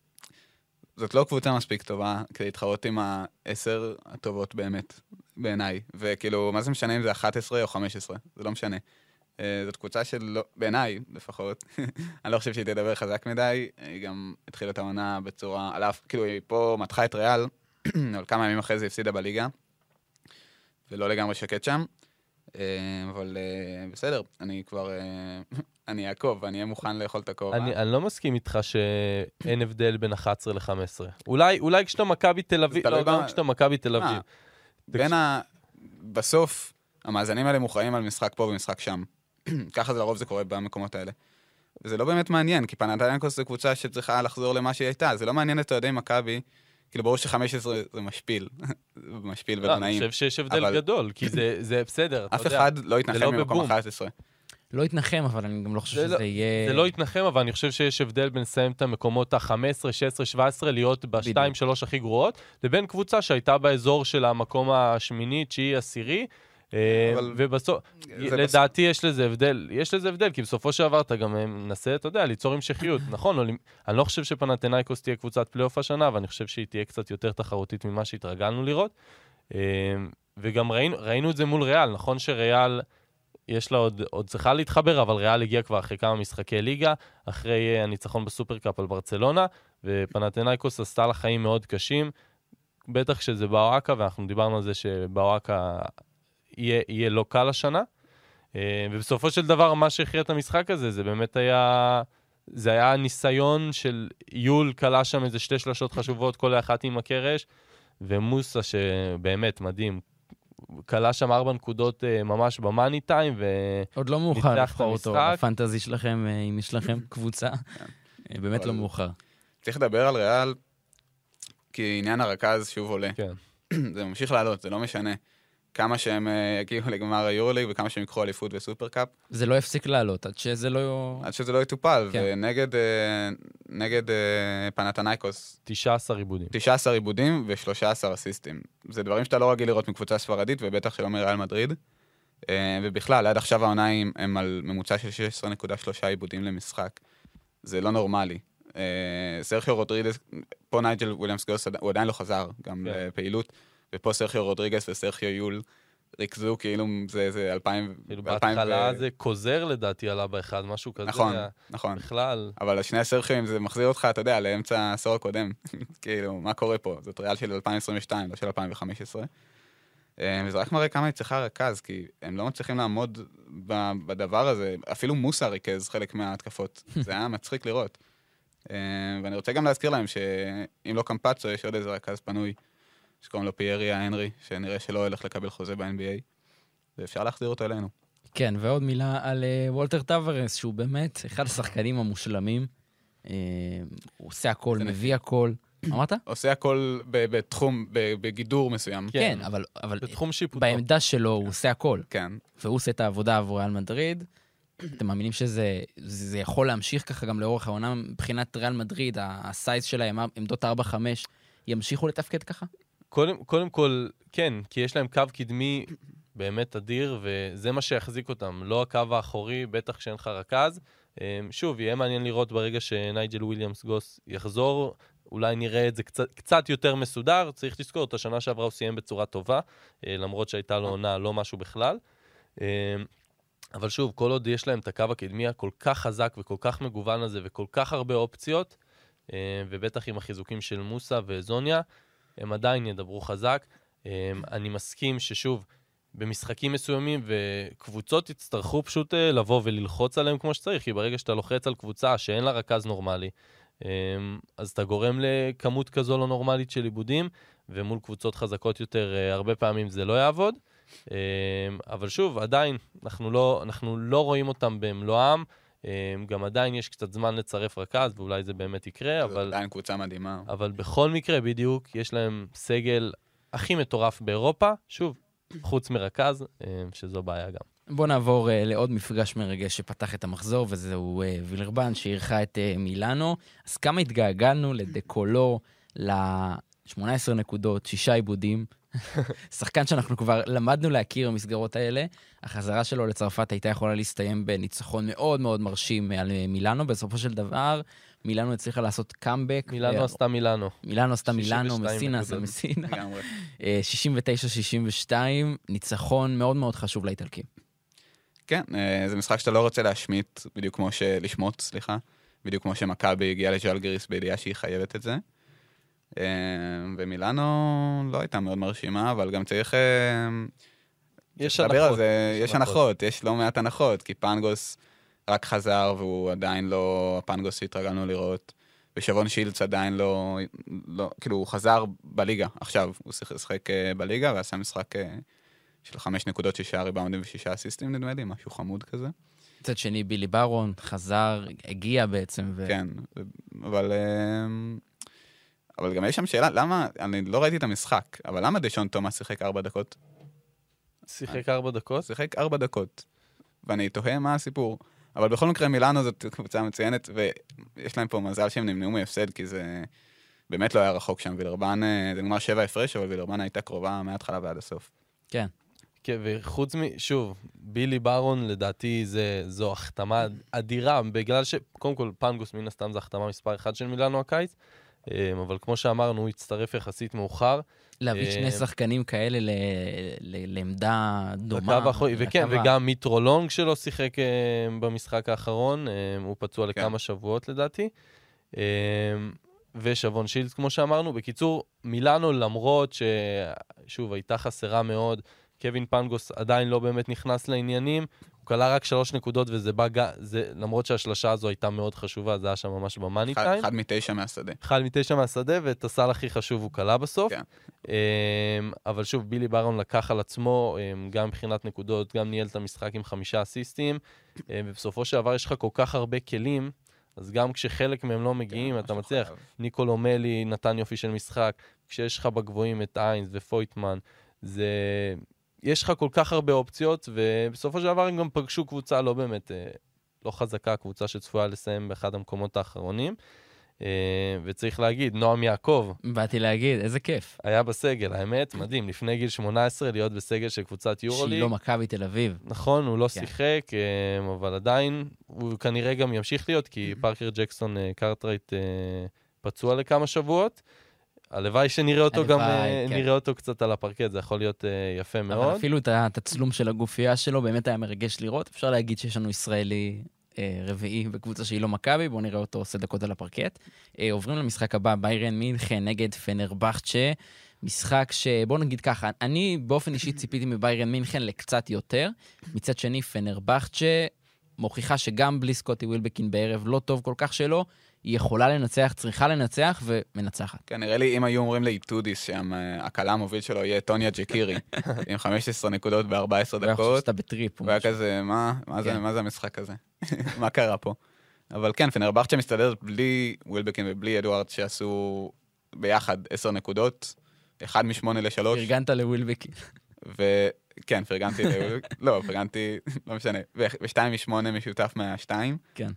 זאת לא קבוצה מספיק טובה כדי להתחרות עם העשר הטובות באמת, בעיניי. וכאילו, מה זה משנה אם זה אחת עשרה או חמש עשרה? זה לא משנה. זאת קבוצה של, בעיניי לפחות, אני לא חושב שהיא תדבר חזק מדי, היא גם התחילה את העונה בצורה, על אף, כאילו היא פה מתחה את ריאל, אבל כמה ימים אחרי זה הפסידה בליגה, ולא לגמרי שקט שם. אבל בסדר, אני כבר... אני אעקוב, אני אהיה מוכן לאכול את הכובע. אני, אני לא מסכים איתך שאין הבדל בין אחת עשרה ל-חמש עשרה. אולי, אולי כשאתה מכבי תל אביב, לא, גם כשאתה מכבי תל אביב. בין ה... בסוף, המאזנים האלה מוכרעים על משחק פה ומשחק שם. ככה זה לרוב זה קורה במקומות האלה. וזה לא באמת מעניין, כי פנתנייקוס זה קבוצה שצריכה לחזור למה שהיא הייתה. זה לא מעניין את אוהדי מכבי, כאילו ברור ש-חמש עשרה זה משפיל. משפיל ולא נעים. אני חושב שיש הבדל גדול, כי זה בסדר. אף אחד לא יתנחם במקום אחת עשרה. לא יתנחם, אבל אני גם לא חושב שזה יהיה... זה לא יתנחם, אבל אני חושב שיש הבדל בין לסיים את המקומות ה-חמש עשרה, שש עשרה, שבע עשרה, להיות ב-שתיים שלוש הכי גרועות, לבין קבוצה שהייתה באזור של המקום השמיני, תשיעי, עשירי, ובסוף, לדעתי יש לזה הבדל, יש לזה הבדל, כי בסופו של דבר אתה גם מנסה, אתה יודע, ליצור המשכיות, נכון? אני לא חושב שפנתנייקוס תהיה קבוצת פלייאוף השנה, אבל אני חושב שהיא תהיה קצת יותר תחרותית ממה שהתרגלנו לראות, וגם ראינו את זה מול ריאל, נכון שריאל יש לה עוד, עוד צריכה להתחבר, אבל ריאל הגיע כבר אחרי כמה משחקי ליגה, אחרי הניצחון בסופרקאפ על ברצלונה, ופנתנייקוס עשתה לה חיים מאוד קשים, בטח שזה באואקה, ואנחנו דיברנו על זה שבאואקה יהיה, יהיה לא קל השנה, ובסופו של דבר מה שהכריע את המשחק הזה, זה באמת היה, זה היה ניסיון של יול קלה שם איזה שתי שלשות חשובות, כל האחת עם הקרש, ומוסה שבאמת מדהים, קלה שם ארבע נקודות ממש במאני טיים, ו... עוד לא מאוחר לבחור אותו, הפנטזי שלכם, אם יש לכם קבוצה. באמת לא מאוחר. צריך לדבר על ריאל, כי עניין הרכז שוב עולה. כן. זה ממשיך לעלות, זה לא משנה. כמה שהם יגיעו לגמר היורוליג, וכמה שהם יקחו אליפות וסופרקאפ. זה לא יפסיק לעלות, עד שזה לא... עד שזה לא יטופל, ונגד נגד פנתנייקוס... תשעה עשר עיבודים. תשעה עשר עיבודים ו-שלושה עשר אסיסטים. זה דברים שאתה לא רגיל לראות מקבוצה ספרדית, ובטח שלא מריאל מדריד. ובכלל, עד עכשיו העונאים הם על ממוצע של שש עשרה נקודה שלוש עיבודים למשחק. זה לא נורמלי. סרחיו רודריגס, פה נייג'ל וויליאמס גוס, הוא עדיין לא חזר, גם לפעילות. ופה סרחיו רודריגס וסרחיו יול ריכזו כאילו זה, זה אלפיים... כאילו בהתחלה זה קוזר לדעתי עלה באחד, משהו כזה. נכון, נכון. בכלל. אבל השני הסרחים זה מחזיר אותך, אתה יודע, לאמצע העשור הקודם. כאילו, מה קורה פה? זאת ריאל של אלפיים עשרים ושתיים, לא של אלפיים וחמש עשרה. וזה רק מראה כמה היא צריכה רכז, כי הם לא מצליחים לעמוד בדבר הזה. אפילו מוסה ריכז חלק מההתקפות. זה היה מצחיק לראות. ואני רוצה גם להזכיר להם שאם לא קמפצו, יש עוד איזה רכז פנוי. שקוראים לו פייריה הנרי, שנראה שלא הולך לקבל חוזה ב-אן בי איי, ואפשר להחזיר אותו אלינו. כן, ועוד מילה על uh, וולטר טוורס, שהוא באמת אחד השחקנים המושלמים. Uh, הוא עושה הכל, מביא הכל. אמרת? עושה הכל בתחום, בגידור מסוים. כן, כן אבל, אבל בתחום שיפוטו. בעמדה שלו הוא עושה הכל. כן. והוא עושה את העבודה עבור ריאל מדריד. אתם מאמינים שזה זה יכול להמשיך ככה גם לאורך העונה מבחינת ריאל מדריד, הסייז שלהם, עמדות ארבע חמש, ימשיכו לתפקד ככה? קודם, קודם כל, כן, כי יש להם קו קדמי באמת אדיר, וזה מה שיחזיק אותם. לא הקו האחורי, בטח כשאין לך רכז. שוב, יהיה מעניין לראות ברגע שנייג'ל וויליאמס גוס יחזור, אולי נראה את זה קצת, קצת יותר מסודר. צריך לזכור, את השנה שעברה הוא סיים בצורה טובה, למרות שהייתה לו עונה לא משהו בכלל. אבל שוב, כל עוד יש להם את הקו הקדמי הכל כך חזק וכל כך מגוון הזה, וכל כך הרבה אופציות, ובטח עם החיזוקים של מוסה וזוניה, הם עדיין ידברו חזק. אני מסכים ששוב, במשחקים מסוימים, וקבוצות יצטרכו פשוט לבוא וללחוץ עליהם כמו שצריך, כי ברגע שאתה לוחץ על קבוצה שאין לה רכז נורמלי, אז אתה גורם לכמות כזו לא נורמלית של עיבודים, ומול קבוצות חזקות יותר, הרבה פעמים זה לא יעבוד. אבל שוב, עדיין, אנחנו לא, אנחנו לא רואים אותם במלואם, גם עדיין יש קצת זמן לצרף רכז, ואולי זה באמת יקרה, אבל... עדיין קבוצה מדהימה. אבל בכל מקרה, בדיוק, יש להם סגל הכי מטורף באירופה, שוב, חוץ מרכז, שזו בעיה גם. בוא נעבור uh, לעוד מפגש מרגש שפתח את המחזור, וזהו uh, וילרבן שאירחה את uh, מילאנו. אז כמה התגעגענו לדקולו, ל-שמונה עשרה נקודות, שישה עיבודים. שחקן שאנחנו כבר למדנו להכיר במסגרות האלה. החזרה שלו לצרפת הייתה יכולה להסתיים בניצחון מאוד מאוד מרשים על מילאנו. בסופו של דבר, מילאנו הצליחה לעשות קאמבק. מילאנו עשתה מילאנו. מילאנו עשתה מילאנו, מסינה עשתה מסינה. שישים ותשע שישים ושתיים, ניצחון מאוד מאוד חשוב לאיטלקים. כן, זה משחק שאתה לא רוצה להשמיט, בדיוק כמו לשמוט, סליחה. בדיוק כמו שמכבי הגיעה לז'אלגיריס בידיעה שהיא חייבת את זה. ומילאנו לא הייתה מאוד מרשימה, אבל גם צריך... יש הנחות. יש הנחות, יש לא מעט הנחות, כי פנגוס רק חזר, והוא עדיין לא... הפנגוס שהתרגלנו לראות, ושבון שילץ עדיין לא... כאילו, הוא חזר בליגה, עכשיו, הוא שחק בליגה, ועשה משחק של חמש נקודות, שישה ריבאונדים ושישה אסיסטים, נדמה לי, משהו חמוד כזה. מצד שני, בילי ברון חזר, הגיע בעצם. כן, אבל... אבל גם יש שם שאלה, למה, אני לא ראיתי את המשחק, אבל למה דשון תומאס שיחק ארבע דקות? שיחק ארבע דקות? שיחק ארבע דקות. ואני תוהה מה הסיפור. אבל בכל מקרה מילאנו זאת קבוצה מצוינת, ויש להם פה מזל שהם נמנעו מהפסד, כי זה באמת לא היה רחוק שם. וילרבן, זה נגמר שבע הפרש, אבל וילרבן הייתה קרובה מההתחלה ועד הסוף. כן. כן, וחוץ מ... שוב, בילי ברון, לדעתי, זה, זו החתמה אדירה, בגלל ש... קודם כל, פנגוס מן הסתם זה החתמה מספר אחד של מילאנו הקיץ, אבל כמו שאמרנו, הוא הצטרף יחסית מאוחר. להביא שני שחקנים כאלה לעמדה דומה. וכן, וגם מיטרו לונג שלו שיחק במשחק האחרון, הוא פצוע לכמה שבועות לדעתי. ושבון שילץ, כמו שאמרנו. בקיצור, מילאנו, למרות ששוב, הייתה חסרה מאוד, קווין פנגוס עדיין לא באמת נכנס לעניינים, הוא קלה רק שלוש נקודות, וזה בא, זה, למרות שהשלשה הזו הייתה מאוד חשובה, זה היה שם ממש במאני טיים. אחד מתשע מהשדה. אחד מתשע מהשדה, ואת הסל הכי חשוב הוא קלה בסוף. כן. אבל שוב, בילי ברון לקח על עצמו, גם מבחינת נקודות, גם ניהל את המשחק עם חמישה אסיסטים, ובסופו של דבר יש לך כל כך הרבה כלים, אז גם כשחלק מהם לא מגיעים, כן, אתה מצליח. ניקולו מלי נתן יופי של משחק, כשיש לך בגבוהים את איינס ופויטמן, זה... יש לך כל כך הרבה אופציות, ובסופו של דבר הם גם פגשו קבוצה לא באמת, לא חזקה, קבוצה שצפויה לסיים באחד המקומות האחרונים, וצריך להגיד, נועם יעקב. באתי להגיד, איזה כיף. היה בסגל, האמת, מדהים, לפני גיל שמונה עשרה להיות בסגל של קבוצת יורוליג. שהיא לא מכבי תל אביב. נכון, הוא לא שיחק, אבל עדיין, הוא כנראה גם ימשיך להיות, כי פארקר ג'קסון קרטרייט פצוע לכמה שבועות, הלוואי שנראה אותו גם, נראה אותו קצת על הפרקט, זה יכול להיות יפה מאוד. אבל אפילו את התצלום של הגופייה שלו, באמת היה מרגש לראות. אפשר להגיד שיש לנו ישראלי רביעי בקבוצה שהיא לא מכבי, בואו נראה אותו עושה דקות על הפרקט. עוברים למשחק הבא, ביירן מינכן נגד פנרבחצ'ה, משחק שבואו נגיד ככה, אני באופן אישי ציפיתי מביירן מינכן לקצת יותר, מצד שני פנרבחצ'ה מוכיחה שגם בלי סקוטי ווילבקין בערב לא טוב כל כך שלו, היא יכולה לנצח, צריכה לנצח, ומנצחת. כן, נראה לי אם היו אומרים לאיטודיס שם, הקלה המוביל שלו יהיה טוניה ג'קירי, עם חמש עשרה נקודות ב-ארבע עשרה דקות. הוא היה שאתה בטריפ. הוא היה כזה, מה זה המשחק הזה? מה קרה פה? אבל כן, פנרבחצ'ה מסתדרת בלי ווילבקין ובלי אדוארד שעשו ביחד עשר נקודות, אחד משמונה לשלוש. פרגנת לווילבקין. וכן, פרגנתי לווילבקין, לא, פרגנתי, לא משנה, ושתיים משמונה משותף מהשתיים. כן.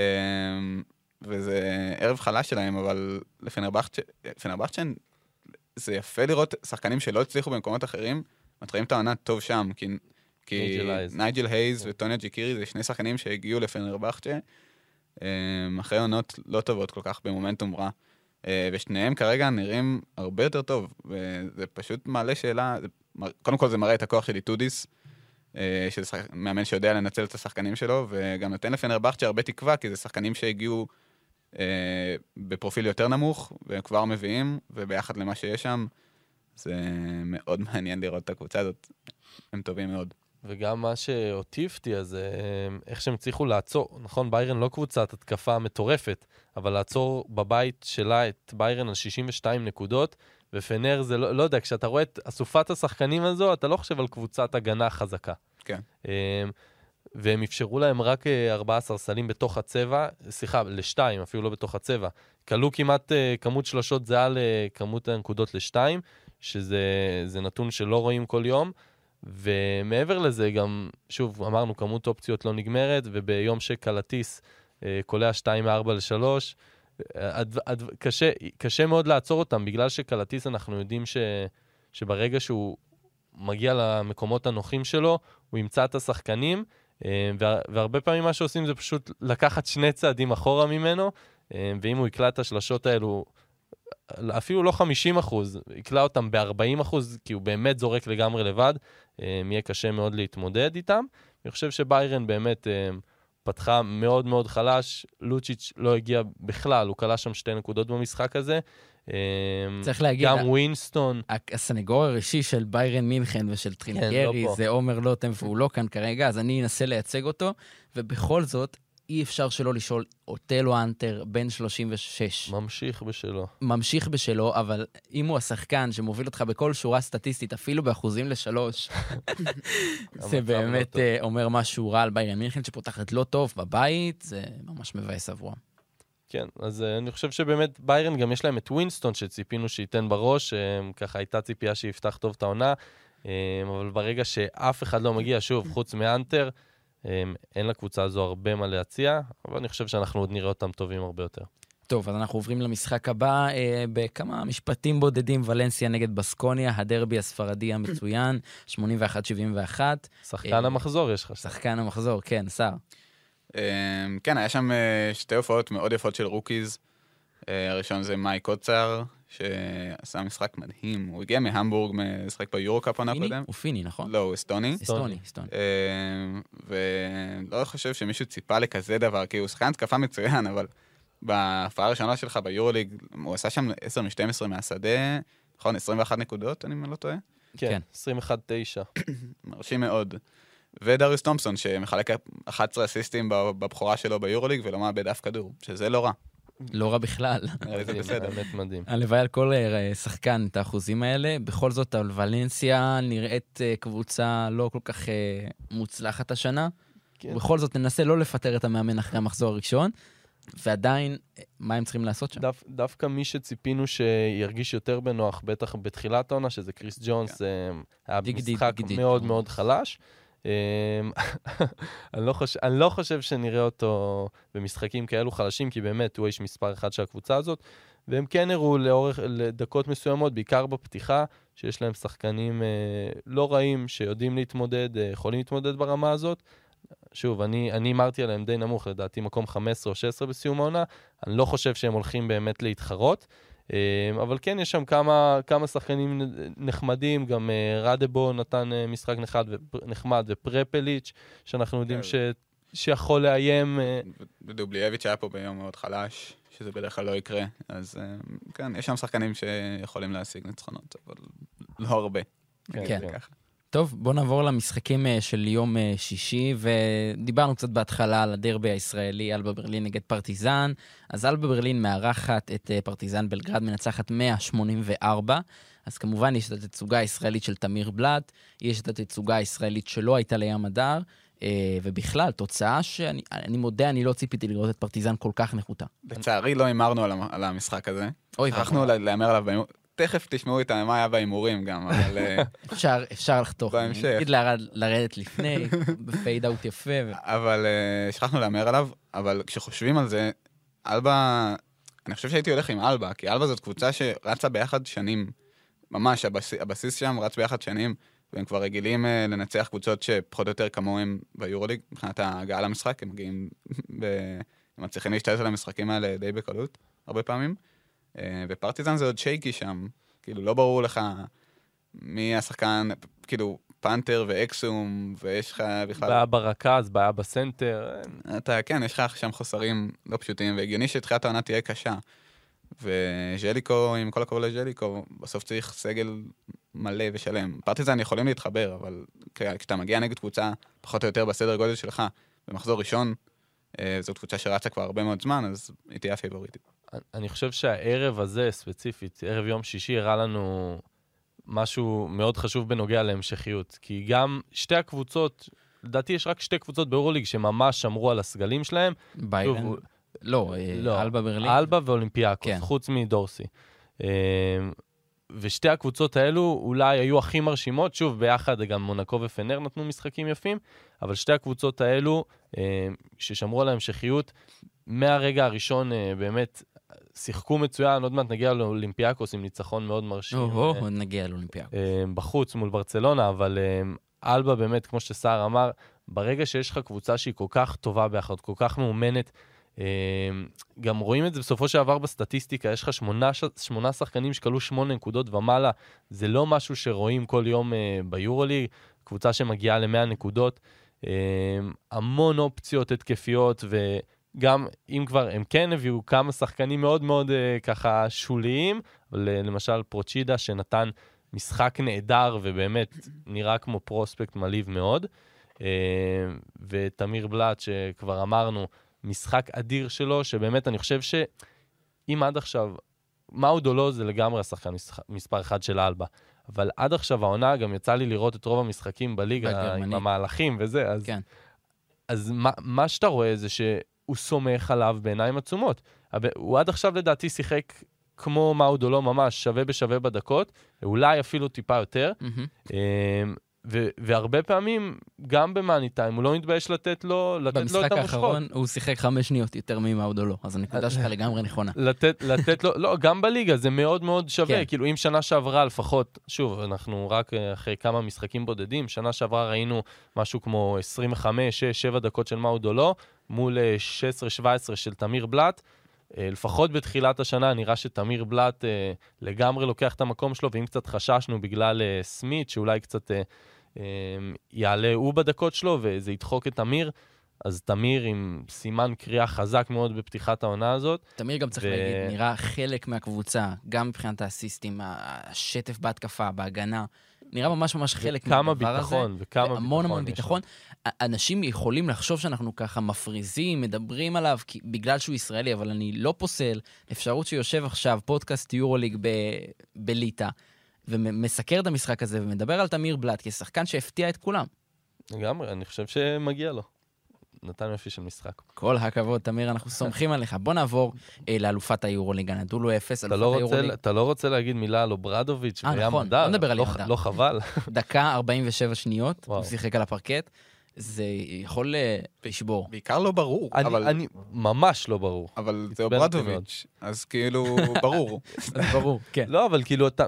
וזה ערב חלש שלהם, אבל לפנרבחצ'ן זה יפה לראות שחקנים שלא הצליחו במקומות אחרים, מתחילים את העונה טוב שם, כי נייג'ל הייז וטוניה ג'קירי זה שני שחקנים שהגיעו לפנרבחצ'ה, אחרי עונות לא טובות כל כך במומנטום רע, ושניהם כרגע נראים הרבה יותר טוב, וזה פשוט מעלה שאלה, קודם כל זה מראה את הכוח של איטודיס, שזה מאמן שיודע לנצל את השחקנים שלו, וגם נותן לפנרבחצ'ה הרבה תקווה, כי זה שחקנים שהגיעו בפרופיל יותר נמוך, וכבר מביאים, וביחד למה שיש שם, זה מאוד מעניין לראות את הקבוצה הזאת. הם טובים מאוד. וגם מה שאותי הפתיע זה איך שהם הצליחו לעצור, נכון, ביירן לא קבוצת התקפה מטורפת, אבל לעצור בבית שלה את ביירן על שישים ושתיים נקודות, ופנר זה, לא, לא יודע, כשאתה רואה את אסופת השחקנים הזו, אתה לא חושב על קבוצת הגנה חזקה. כן. והם אפשרו להם רק ארבעה עשר סלים בתוך הצבע, סליחה, לשתיים, אפילו לא בתוך הצבע. קלו כמעט כמות שלושות זהה לכמות הנקודות לשתיים, שזה זה נתון שלא רואים כל יום, ומעבר לזה גם, שוב, אמרנו, כמות אופציות לא נגמרת, וביום שקלטיס קולע שתיים מארבע לשלוש, עד, עד, קשה, קשה מאוד לעצור אותם, בגלל שקלטיס אנחנו יודעים ש, שברגע שהוא מגיע למקומות הנוחים שלו, הוא ימצא את השחקנים, והרבה פעמים מה שעושים זה פשוט לקחת שני צעדים אחורה ממנו, ואם הוא יקלע את השלשות האלו, אפילו לא חמישים אחוז, יקלע אותם ב-ארבעים אחוז, כי הוא באמת זורק לגמרי לבד, יהיה קשה מאוד להתמודד איתם. אני חושב שביירן באמת פתחה מאוד מאוד חלש, לוצ'יץ' לא הגיע בכלל, הוא קלע שם שתי נקודות במשחק הזה. צריך להגיד, גם ווינסטון. הסנגור הראשי של ביירן מינכן ושל טריניגרי, זה עומר לוטם, והוא לא כאן כרגע, אז אני אנסה לייצג אותו, ובכל זאת, אי אפשר שלא לשאול, אוטלו אנטר, בן שלושים ושש. ממשיך בשלו. ממשיך בשלו, אבל אם הוא השחקן שמוביל אותך בכל שורה סטטיסטית, אפילו באחוזים לשלוש, זה באמת אומר משהו רע על ביירן מינכן, שפותחת לא טוב בבית, זה ממש מבאס עבורה. כן, אז אני חושב שבאמת ביירן גם יש להם את ווינסטון, שציפינו שייתן בראש, ככה הייתה ציפייה שיפתח טוב את העונה, אבל ברגע שאף אחד לא מגיע, שוב, חוץ מאנטר, אין לקבוצה הזו הרבה מה להציע, אבל אני חושב שאנחנו עוד נראה אותם טובים הרבה יותר. טוב, אז אנחנו עוברים למשחק הבא, אה, בכמה משפטים בודדים, ולנסיה נגד בסקוניה, הדרבי הספרדי המצוין, שמונים ואחת שבעים ואחת. שחקן אה, המחזור יש לך. שחקן המחזור, כן, שר. אה, כן, היה שם שתי הופעות מאוד יפות של רוקיז. אה, הראשון זה מאי קוצר, שעשה משחק מדהים. הוא הגיע מהמבורג, משחק ביורוקאפ עונה קודם. הוא פיני, נכון? לא, הוא אסטוני. אסטוני, אסטוני. ולא חושב שמישהו ציפה לכזה דבר, כי הוא שחקן התקפה מצוין, אבל בהופעה הראשונה שלך ביורוליג, הוא עשה שם עשר משתים עשרה מהשדה, נכון? עשרים ואחת נקודות, אני לא טועה? כן, עשרים ואחת תשע. מרשים מאוד. ודריוס תומפסון, שמחלק אחת עשרה אסיסטים בבחורה שלו ביורוליג, ולא מאבד אף כדור, שזה לא רע. לא רע בכלל. זה בסדר. באמת מדהים. הלוואי על כל שחקן את האחוזים האלה. בכל זאת, על ולנסיה נראית קבוצה לא כל כך מוצלחת השנה. בכל זאת, ננסה לא לפטר את המאמן אחרי המחזור הראשון, ועדיין, מה הם צריכים לעשות שם? דווקא מי שציפינו שירגיש יותר בנוח, בטח בתחילת העונה, שזה קריס ג'ונס, היה משחק מאוד מאוד חלש. אני לא חושב, אני לא חושב שנראה אותו במשחקים כאלו חלשים, כי באמת הוא איש מספר אחד של הקבוצה הזאת, והם כן הראו לאורך, לדקות מסוימות, בעיקר בפתיחה, שיש להם שחקנים לא רעים, שיודעים להתמודד, יכולים להתמודד ברמה הזאת. שוב, אני, אני אמרתי עליהם די נמוך, לדעתי מקום חמש עשרה או שש עשרה בסיום העונה, אני לא חושב שהם הולכים באמת להתחרות, אבל כן, יש שם כמה, כמה שחקנים נחמדים, גם רדבו נתן משחק נחמד, נחמד ופרפליץ', שאנחנו יודעים ש, שיכול לאיים. ודובלייביץ' היה פה ביום מאוד חלש, שזה בדרך כלל לא יקרה, אז כן, יש שם שחקנים שיכולים להשיג ניצחונות, אבל לא הרבה. כן, כן. ככה. טוב, בוא נעבור למשחקים של יום שישי, ודיברנו קצת בהתחלה על הדרבי הישראלי, אלבה ברלין נגד פרטיזן. אז אלבה ברלין מארחת את פרטיזן בלגרד, מנצחת מאה שמונים וארבע. אז כמובן יש את התצוגה הישראלית של תמיר בלט, יש את התצוגה הישראלית שלא הייתה לים הדר, ובכלל, תוצאה שאני אני מודה, אני לא ציפיתי לראות את פרטיזן כל כך נחותה. לצערי לא אמרנו על המשחק הזה. אוי, שכחנו לאמר עליו ביום... תכף תשמעו איתם מה היה בהימורים גם, אבל... אפשר, אפשר לחתוך. בהמשך. נגיד לרדת לפני, בפייד אאוט יפה. אבל שכחנו לאמר עליו, אבל כשחושבים על זה, אלבה, אני חושב שהייתי הולך עם אלבה, כי אלבה זאת קבוצה שרצה ביחד שנים, ממש, הבסיס שם רץ ביחד שנים, והם כבר רגילים לנצח קבוצות שפחות או יותר כמוהם ביורוליג, מבחינת ההגעה למשחק, הם מגיעים, הם מצליחים להשתלט על המשחקים האלה די בקלות, הרבה פעמים. ופרטיזן זה עוד שייקי שם, כאילו לא ברור לך מי השחקן, כאילו פנתר ואקסום, ויש לך בכלל... בעיה ברכז, בעיה בסנטר. אתה, כן, יש לך שם חוסרים לא פשוטים, והגיוני שתחילת העונה תהיה קשה. וז'ליקו, עם כל הכבוד לז'ליקו, בסוף צריך סגל מלא ושלם. פרטיזן יכולים להתחבר, אבל כשאתה מגיע נגד קבוצה פחות או יותר בסדר גודל שלך, במחזור ראשון, זאת קבוצה שרצה כבר הרבה מאוד זמן, אז היא תהיה הפייבוריטית. אני חושב שהערב הזה ספציפית, ערב יום שישי, הראה לנו משהו מאוד חשוב בנוגע להמשכיות. כי גם שתי הקבוצות, לדעתי יש רק שתי קבוצות באירוליג שממש שמרו על הסגלים שלהם. ביירן? שוב, לא, לא, אלבה ברלין. אלבה ואולימפיאקוס, כן. חוץ מדורסי. ושתי הקבוצות האלו אולי היו הכי מרשימות, שוב, ביחד גם מונקו ופנר נתנו משחקים יפים, אבל שתי הקבוצות האלו, ששמרו על ההמשכיות, מהרגע הראשון באמת שיחקו מצוין, עוד מעט נגיע לאולימפיאקוס עם ניצחון מאוד מרשים. או, עוד נגיע לאולימפיאקוס. בחוץ מול ברצלונה, אבל אלבה באמת, כמו שסער אמר, ברגע שיש לך קבוצה שהיא כל כך טובה ביחד, כל כך מאומנת, גם רואים את זה בסופו של דבר בסטטיסטיקה, יש לך שמונה, שמונה שחקנים שקלו שמונה נקודות ומעלה, זה לא משהו שרואים כל יום ביורוליג, קבוצה שמגיעה ל-מאה נקודות, המון אופציות התקפיות, וגם אם כבר הם כן הביאו כמה שחקנים מאוד מאוד ככה שוליים, אבל למשל פרוצ'ידה שנתן משחק נהדר ובאמת נראה כמו פרוספקט מליב מאוד, ותמיר בלאט שכבר אמרנו, משחק אדיר שלו, שבאמת אני חושב שאם עד עכשיו, מאודולו זה לגמרי השחקן מספר אחד של אלבה, אבל עד עכשיו העונה גם יצא לי לראות את רוב המשחקים בליגה עם המהלכים וזה, אז, כן. אז מה, מה שאתה רואה זה שהוא סומך עליו בעיניים עצומות. הוא עד עכשיו לדעתי שיחק כמו מאודולו ממש שווה בשווה בדקות, אולי אפילו טיפה יותר, mm-hmm. ו- והרבה פעמים, גם במאני טיים, הוא לא מתבייש לתת לו, לתת לו את המושכות. במשחק האחרון הוא שיחק חמש שניות יותר ממאודולו, אז הנקודה שלך לגמרי נכונה. לתת, לתת לו, לא, גם בליגה זה מאוד מאוד שווה, כן. כאילו אם שנה שעברה לפחות, שוב, אנחנו רק אחרי כמה משחקים בודדים, שנה שעברה ראינו משהו כמו עשרים וחמש, שש, שבע דקות של מאודולו, מול שש עשרה שבע עשרה של תמיר בלאט, לפחות בתחילת השנה נראה שתמיר בלאט אה, לגמרי לוקח את המקום שלו, ואם קצת חששנו בגלל אה, סמית, שאולי קצת אה, אה, יעלה הוא בדקות שלו, וזה ידחוק את תמיר, אז תמיר עם סימן קריאה חזק מאוד בפתיחת העונה הזאת. תמיר גם צריך ו... להגיד, נראה חלק מהקבוצה, גם מבחינת האסיסטים, השטף בהתקפה, בהגנה, נראה ממש ממש חלק מהדבר ביטחון, הזה. וכמה ביטחון. המון המון ביטחון. אנשים יכולים לחשוב שאנחנו ככה מפריזים, מדברים עליו, כי, בגלל שהוא ישראלי, אבל אני לא פוסל אפשרות שיושב עכשיו פודקאסט יורוליג ב, בליטה, ומסקר את המשחק הזה, ומדבר על תמיר בלאט, כשחקן שהפתיע את כולם. לגמרי, אני חושב שמגיע לו. נתן יופי של משחק. כל הכבוד, תמיר, אנחנו סומכים עליך. בוא נעבור אה, לאלופת היורוליג, נדעו לו אפס, אלופת לא היורוליג. אתה לא רוצה להגיד מילה על אוברדוביץ' אה, נכון, בוא נדבר על לא, ימדר. לא חבל. דקה ארבעים ושבע שניות, וואו. הוא שיחק על הפרקט, זה יכול לשבור. בעיקר לא ברור, אני, אבל... אני ממש לא ברור. אבל זה אוברדוביץ', אז כאילו ברור. אז ברור, כן. לא, אבל כאילו אתה...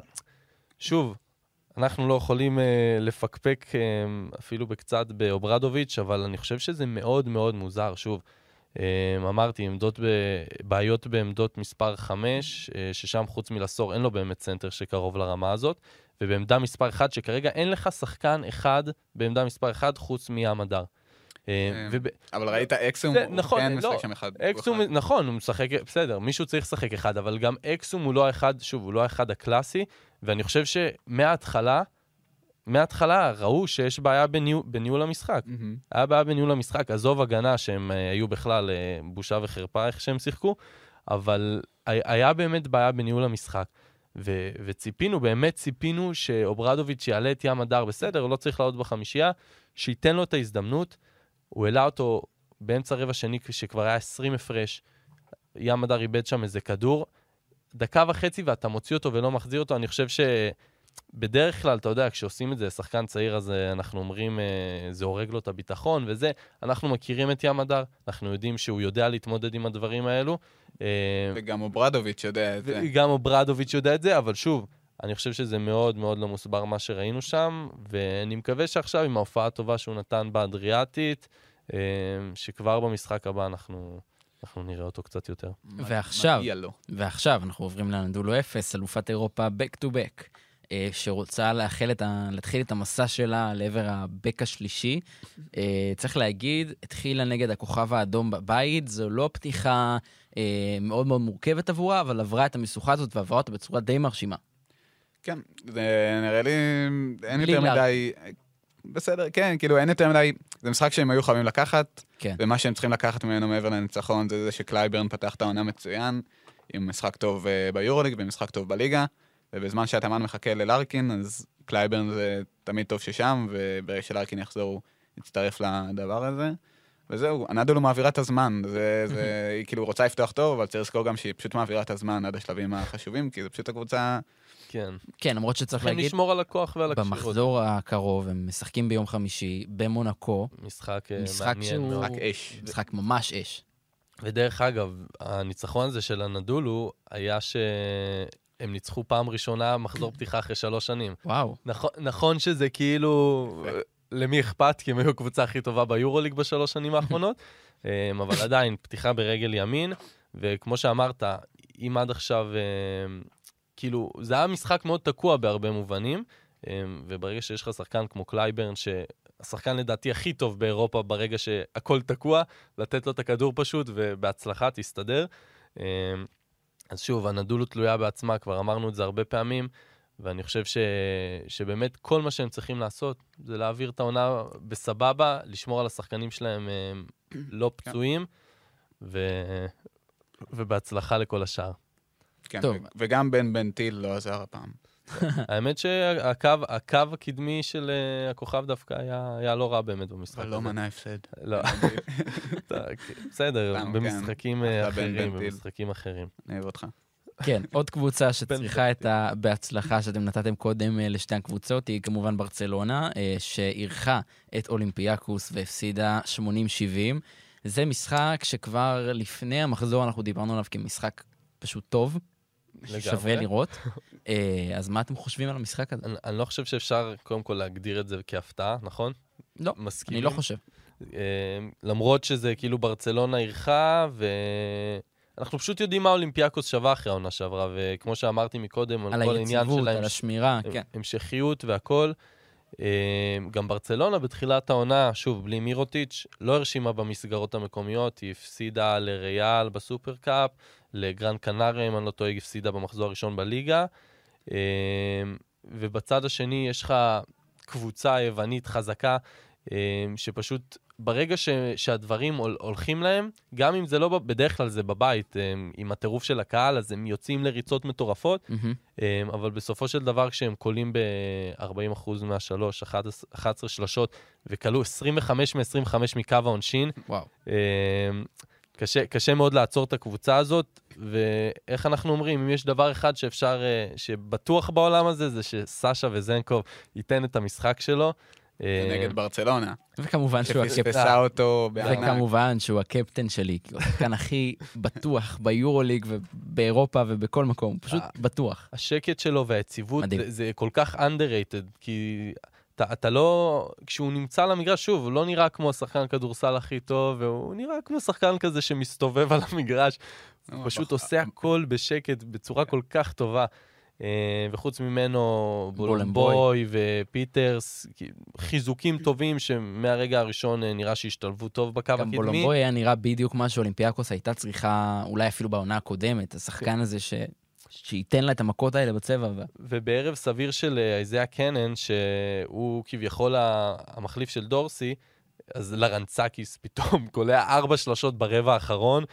שוב, אנחנו לא יכולים uh, לפקפק uh, אפילו בקצת באוברדוביץ', אבל אני חושב שזה מאוד מאוד מוזר. שוב, uh, אמרתי, עמדות ב... בעיות בעמדות מספר חמש, uh, ששם חוץ מלסור אין לו באמת צנטר שקרוב לרמה הזאת, ובעמדה מספר אחד, שכרגע אין לך שחקן אחד בעמדה מספר אחד חוץ מהמדר. אבל ראית אקסום, הוא כן משחק שם אחד. נכון, הוא משחק, בסדר, מישהו צריך לשחק אחד, אבל גם אקסום הוא לא אחד, שוב, הוא לא אחד הקלאסי, ואני חושב שמההתחלה, מההתחלה ראו שיש בעיה בניהול, בניהול המשחק. היה בעיה בניהול המשחק, עזוב הגנה שהם היו בכלל בושה וחרפה איך שהם שיחקו, אבל היה באמת בעיה בניהול המשחק. ו- וציפינו, באמת ציפינו שאוברדוביץ' יעלה את ים הדר בסדר, הוא לא צריך לעלות בחמישייה, שייתן לו את ההזדמנות, הוא העלה אותו באמצע רבע שני שכבר היה עשרים הפרש, ים הדר איבד שם איזה כדור, דקה וחצי ואתה מוציא אותו ולא מחזיר אותו, אני חושב שבדרך כלל, אתה יודע, כשעושים את זה, שחקן צעיר הזה, אנחנו אומרים, זה הורג לו את הביטחון וזה, אנחנו מכירים את ים הדר, אנחנו יודעים שהוא יודע להתמודד עם הדברים האלו, וגם אוברדוביץ' יודע את זה. וגם אוברדוביץ' יודע את זה, אבל שוב, אני חושב שזה מאוד מאוד לא מוסבר מה שראינו שם, ואני מקווה שעכשיו עם ההופעה הטובה שהוא נתן באדריאטית, שכבר במשחק הבא אנחנו, אנחנו נראה אותו קצת יותר. ועכשיו, ועכשיו אנחנו עוברים לנדו לו אפס, אלופת אירופה back to back, שרוצה לאחל את ה... להתחיל את המסע שלה לעבר הבק השלישי. צריך להגיד, התחילה נגד הכוכב האדום בבית, זו לא פתיחה מאוד מאוד מורכבת עבורה, אבל עברה את המשוכה הזאת ועברה אותה בצורה די מרשימה. כן, זה נראה לי, אין יותר לילארד. מדי, בסדר, כן, כאילו אין יותר מדי, זה משחק שהם היו חייבים לקחת, כן. ומה שהם צריכים לקחת ממנו מעבר לניצחון, זה זה שקלייברן פתח את העונה מצוין, עם משחק טוב אה, ביורוליג ומשחק טוב בליגה, ובזמן שהתאמן מחכה ללארקין, אז קלייברן זה תמיד טוב ששם, וברגע שלארקין יחזור, הוא יצטרף לדבר הזה. וזהו, הנדולו מעבירה את הזמן, זה, זה, היא כאילו רוצה לפתוח טוב, אבל צריך לזכור גם שהיא פשוט מעבירה את הזמן עד השלבים החשובים, כי זה פשוט הקבוצה... כן. כן, למרות שצריך צריכים להגיד, לשמור על הכוח ועל הכשירות. במחזור הקרוב הם משחקים ביום חמישי במונקו, משחק אה, משחק מעניין שהוא- מאוד. רק אש. משחק ממש אש. ודרך אגב, הניצחון הזה של הנדולו היה שהם ניצחו פעם ראשונה מחזור פתיחה אחרי שלוש שנים. וואו. נכון, נכון שזה כאילו, למי אכפת? כי הם היו הקבוצה הכי טובה ביורוליג בשלוש שנים האחרונות, אמ, אבל עדיין, פתיחה ברגל ימין, וכמו שאמרת, אם עד עכשיו, אמ, כאילו, זה היה משחק מאוד תקוע בהרבה מובנים, אמ, וברגע שיש לך שחקן כמו קלייברן, שהשחקן לדעתי הכי טוב באירופה ברגע שהכל תקוע, לתת לו את הכדור פשוט, ובהצלחה תסתדר. אמ, אז שוב, הנדולו תלויה בעצמה, כבר אמרנו את זה הרבה פעמים, ואני חושב ש... שבאמת כל מה שהם צריכים לעשות זה להעביר את העונה בסבבה, לשמור על השחקנים שלהם הם לא פצועים, ו... ובהצלחה לכל השאר. כן, טוב. ו- וגם בן בן טיל לא עזר הפעם. האמת שהקו הקו הקדמי של uh, הכוכב דווקא היה, היה לא רע באמת במשחק. אבל לא מנע הפסד. לא. אתה- בסדר, סתם, במשחקים כן. אה, אחלה בן אחרים, בן טיל. במשחקים אחרים. אני אוהב אותך. כן, עוד קבוצה שצריכה את בהצלחה שאתם נתתם קודם אה, לשתי הקבוצות, היא כמובן ברצלונה, אה, שאירחה את אולימפיאקוס והפסידה שמונים שבעים. זה משחק שכבר לפני המחזור אנחנו דיברנו עליו כמשחק פשוט טוב, שווה לראות. אה, אז מה אתם חושבים על המשחק הזה? אני, אני לא חושב שאפשר קודם כל להגדיר את זה כהפתעה, נכון? לא, מסכימים? אני לא חושב. אה, למרות שזה כאילו ברצלונה אירחה, ואנחנו פשוט יודעים מה אולימפיאקוס שווה אחרי העונה שעברה, וכמו שאמרתי מקודם, על על כל העניין היציבות, שלהם, על השמירה, כן. המשכיות והכל. אה, גם ברצלונה בתחילת העונה, שוב, בלי מירוטיץ', לא הרשימה במסגרות המקומיות, היא הפסידה לריאל בסופרקאפ, לגרנד קנריה, אם אני לא טועה, היא הפסידה במחזור הראשון בליגה, אה, ובצד השני יש לך קבוצה יוונית חזקה, אה, שפשוט ברגע ש, שהדברים הול, הולכים להם, גם אם זה לא, בדרך כלל זה בבית, אה, עם הטירוף של הקהל, אז הם יוצאים לריצות מטורפות, מהמם. אבל בסופו של דבר, כשהם קולים ב-ארבעים אחוז מהשלוש, אחת עשרה שלשות, וקלו עשרים וחמש מ-עשרים וחמש מקו העונשין, וואו. קשה, קשה מאוד לעצור את הקבוצה הזאת, ואיך אנחנו אומרים, אם יש דבר אחד שאפשר, שבטוח בעולם הזה, זה שסשה וזנקוב ייתן את המשחק שלו. נגד ברצלונה. וכמובן שהוא הקפטן. שפספסה אותו בענק. וכמובן שהוא הקפטן שלי, כי הוא השחקן הכי בטוח ביורוליג ובאירופה ובכל מקום, פשוט בטוח. השקט שלו והיציבות, מדהים. זה, זה כל כך underrated, כי אתה, אתה לא, כשהוא נמצא למגרש, שוב, הוא לא נראה כמו השחקן כדורסל הכי טוב, והוא נראה כמו שחקן כזה שמסתובב על המגרש, הוא פשוט עושה הכל בשקט, בצורה כל כך טובה. וחוץ ממנו בולמבוי ופיטרס, חיזוקים טובים שמהרגע הראשון נראה שהשתלבו טוב בקו הקדמי. גם בולמבוי היה נראה בדיוק מה שאולימפיאקוס הייתה צריכה, אולי אפילו בעונה הקודמת, השחקן הזה ש... שייתן לה את המכות האלה בצבע. ובערב סביר של איזיה קנן, שהוא כביכול המחליף של דורסי, אז לרנצקיס פתאום קולע ארבע שלושות ברבע האחרון.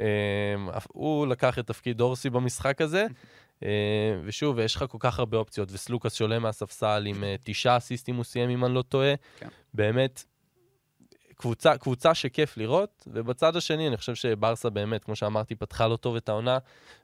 הוא לקח את תפקיד דורסי במשחק הזה. ושוב, יש לך כל כך הרבה אופציות, וסלוקס שעולה מהספסל עם תשעה אסיסטים הוא סיים, אם אני לא טועה. כן. באמת, קבוצה, קבוצה שכיף לראות, ובצד השני אני חושב שברסה באמת, כמו שאמרתי, פתחה לו טוב את העונה,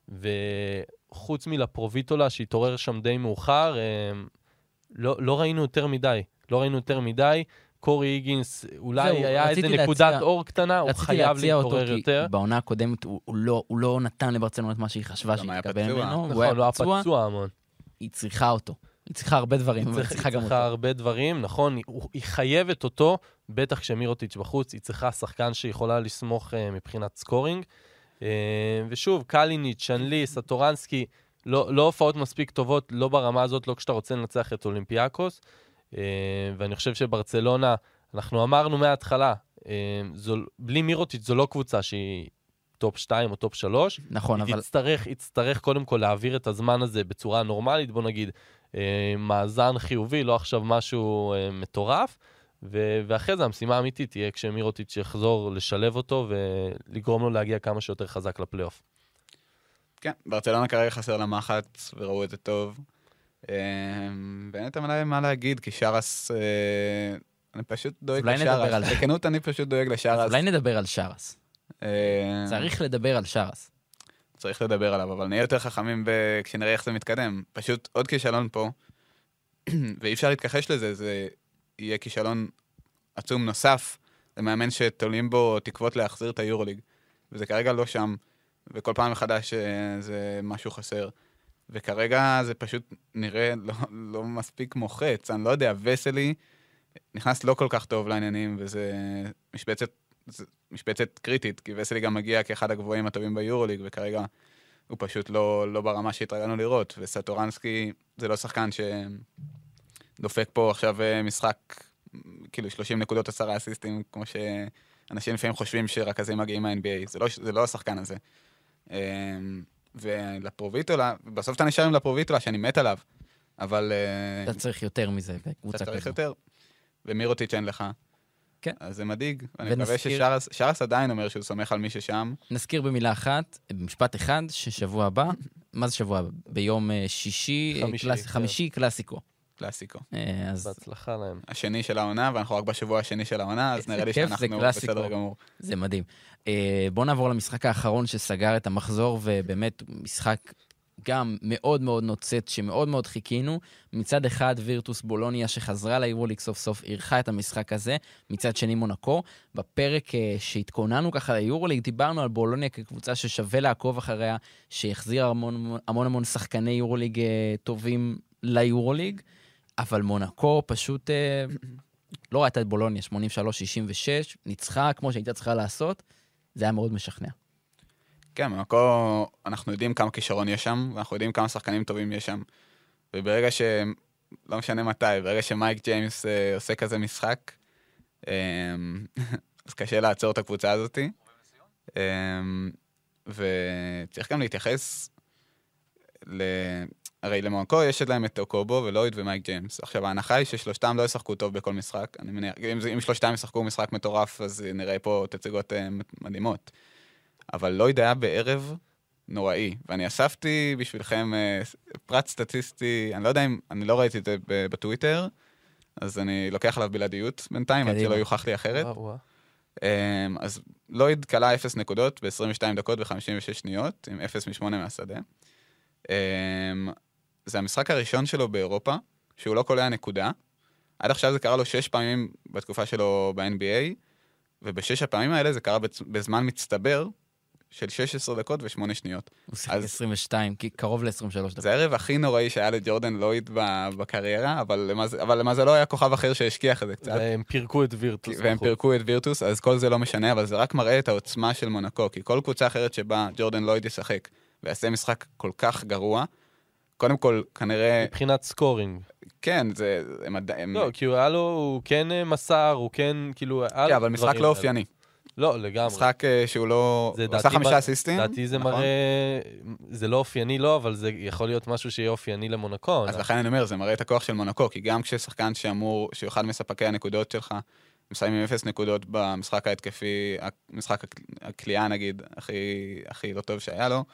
וחוץ מלפרוביטולה שהתעורר שם די מאוחר, לא, לא ראינו יותר מדי, לא ראינו יותר מדי, קורי היגינס, אולי זהו, היה איזה להציע, נקודת אור קטנה, הוא חייב להתעורר אותו, יותר. כי בעונה הקודמת הוא, הוא, לא, הוא לא נתן לברצלונה את מה שהיא חשבה שהיא תקבל ממנו. נכון, הוא היה לא היה פצוע, פצוע המון. היא צריכה אותו. היא צריכה הרבה דברים, אבל היא צריכה גם היא אותו. צריכה הרבה דברים, נכון, היא, היא חייבת אותו, בטח כשמירוטיץ' בחוץ, היא צריכה שחקן שיכולה לסמוך uh, מבחינת סקורינג. Uh, ושוב, קליניץ', שנלי, סטורנסקי, לא, לא הופעות מספיק טובות, לא ברמה הזאת, לא כשאתה רוצה לנצח את אולימפיאקוס. Uh, ואני חושב שברצלונה, אנחנו אמרנו מההתחלה, uh, זו, בלי מירוטיץ' זו לא קבוצה שהיא טופ שתיים או טופ שלוש. נכון, אבל... תצטרך, יצטרך קודם כל להעביר את הזמן הזה בצורה נורמלית, בוא נגיד, אה, מאזן חיובי, לא עכשיו משהו אה, מטורף, ו- ואחרי זה המשימה האמיתית תהיה כשמירוטיץ' יחזור לשלב אותו ולגרום לו להגיע כמה שיותר חזק לפלייאוף. כן, ברצלונה כרגע חסר לה מחץ, וראו את זה טוב. באמת אין מה להגיד, כי שרס, אני פשוט דואג לשרס. בכנות אני פשוט דואג לשרס. אולי נדבר על שרס. צריך לדבר על שרס. צריך לדבר עליו, אבל נהיה יותר חכמים כשנראה איך זה מתקדם. פשוט עוד כישלון פה, ואי אפשר להתכחש לזה, זה יהיה כישלון עצום נוסף, למאמן שתולים בו תקוות להחזיר את היורוליג. וזה כרגע לא שם, וכל פעם מחדש זה משהו חסר. וכרגע זה פשוט נראה לא, לא מספיק מוחץ. אני לא יודע, וסלי נכנס לא כל כך טוב לעניינים, וזה משבצת, משבצת קריטית, כי וסלי גם מגיע כאחד הגבוהים הטובים ביורוליג, וכרגע הוא פשוט לא, לא ברמה שהתרגלנו לראות. וסטורנסקי זה לא שחקן שדופק פה עכשיו משחק, כאילו שלושים נקודות עשרה אסיסטים, כמו שאנשים לפעמים חושבים שרכזים מגיעים מה-אן בי איי. זה לא, זה לא השחקן הזה. ולפרוביטולה, בסוף אתה נשאר עם לפרוביטולה שאני מת עליו, אבל... אתה צריך יותר מזה בקבוצה כזו. אתה צריך יותר, ומירוטיץ' אין לך. כן. אז זה מדאיג, ואני מקווה ששרס עדיין אומר שהוא סומך על מי ששם. נזכיר במילה אחת, במשפט אחד, ששבוע הבא, מה זה שבוע הבא? ביום שישי, חמישי, קלאסיקו. קלאסיקו. בהצלחה להם. השני של העונה, ואנחנו רק בשבוע השני של העונה, אז נראה לי שאנחנו בסדר גמור. זה מדהים. בואו נעבור למשחק האחרון שסגר את המחזור, ובאמת משחק גם מאוד מאוד נוצץ, שמאוד מאוד חיכינו. מצד אחד וירטוס בולוניה שחזרה ליורוליג סוף סוף, אירחה את המשחק הזה, מצד שני מונקו. בפרק שהתכוננו ככה ליורוליג, דיברנו על בולוניה כקבוצה ששווה לעקוב אחריה, שהחזירה המון המון, המון שחקני יורוליג טובים ליורוליג, אבל מונקו פשוט לא ראתה את בולוניה, שמונים ושלוש שישים ושש, ניצחה כמו שהייתה צריכה לעשות, זה היה מאוד משכנע. כן, מונקו, אנחנו יודעים כמה כישרון יש שם, ואנחנו יודעים כמה שחקנים טובים יש שם, וברגע ש... לא משנה מתי, ברגע שמייק ג'יימס אה, עושה כזה משחק, אה, אז קשה לעצור את הקבוצה הזאת. אה, וצריך גם להתייחס ל... הרי למונקו יש להם את אוקובו ולויד ומייק ג'יימס. עכשיו, ההנחה היא ששלושתם לא ישחקו טוב בכל משחק. אני מניח, אם, אם שלושתם ישחקו משחק מטורף, אז נראה פה תצגות אה, מדהימות. אבל לויד היה בערב נוראי, ואני אספתי בשבילכם אה, פרט סטטיסטי, אני לא יודע אם, אני לא ראיתי את זה בטוויטר, אז אני לוקח עליו בלעדיות בינתיים, עד שלא יוכח לי אחרת. וואו, וואו. אה, אז לויד קלה אפס נקודות ב-עשרים ושתיים דקות ו-חמישים ושש שניות, עם אפס משמונה מהשדה. אה, זה המשחק הראשון שלו באירופה, שהוא לא קולע נקודה. עד עכשיו זה קרה לו שש פעמים בתקופה שלו ב-אן בי איי, ובשש הפעמים האלה זה קרה בזמן מצטבר, של שש עשרה דקות ושמונה שניות. הוא שיחק עשרים ושתיים, כי קרוב ל-עשרים ושלוש דקות. זה הערב הכי נוראי שהיה לג'ורדן לויד בקריירה, אבל למה זה לא היה כוכב אחר שהשכיח את זה קצת. והם פירקו את וירטוס. והם פירקו את וירטוס, אז כל זה לא משנה, אבל זה רק מראה את העוצמה של מונקו, כי כל קבוצה אחרת שבה ג'ורדן לויד ישחק, ויעשה משחק כל כך גרוע, קודם כל, כנראה... מבחינת סקורינג. כן, זה... לא, כי הוא היה לו, הוא כן מסר, הוא כן, כאילו... כן, אבל משחק לא אופייני. לא, לגמרי. משחק שהוא לא... הוא עושה חמישה אסיסטים. דעתי זה מראה... זה לא אופייני לא, אבל זה יכול להיות משהו שיהיה אופייני למונקו. אז לכן אני אומר, זה מראה את הכוח של מונקו, כי גם כששחקן שאמור, שהוא אחד מספקי הנקודות שלך, מסיים עם אפס נקודות במשחק ההתקפי, המשחק הקליעה נגיד, הכי, הכי לא טוב שהיה לו,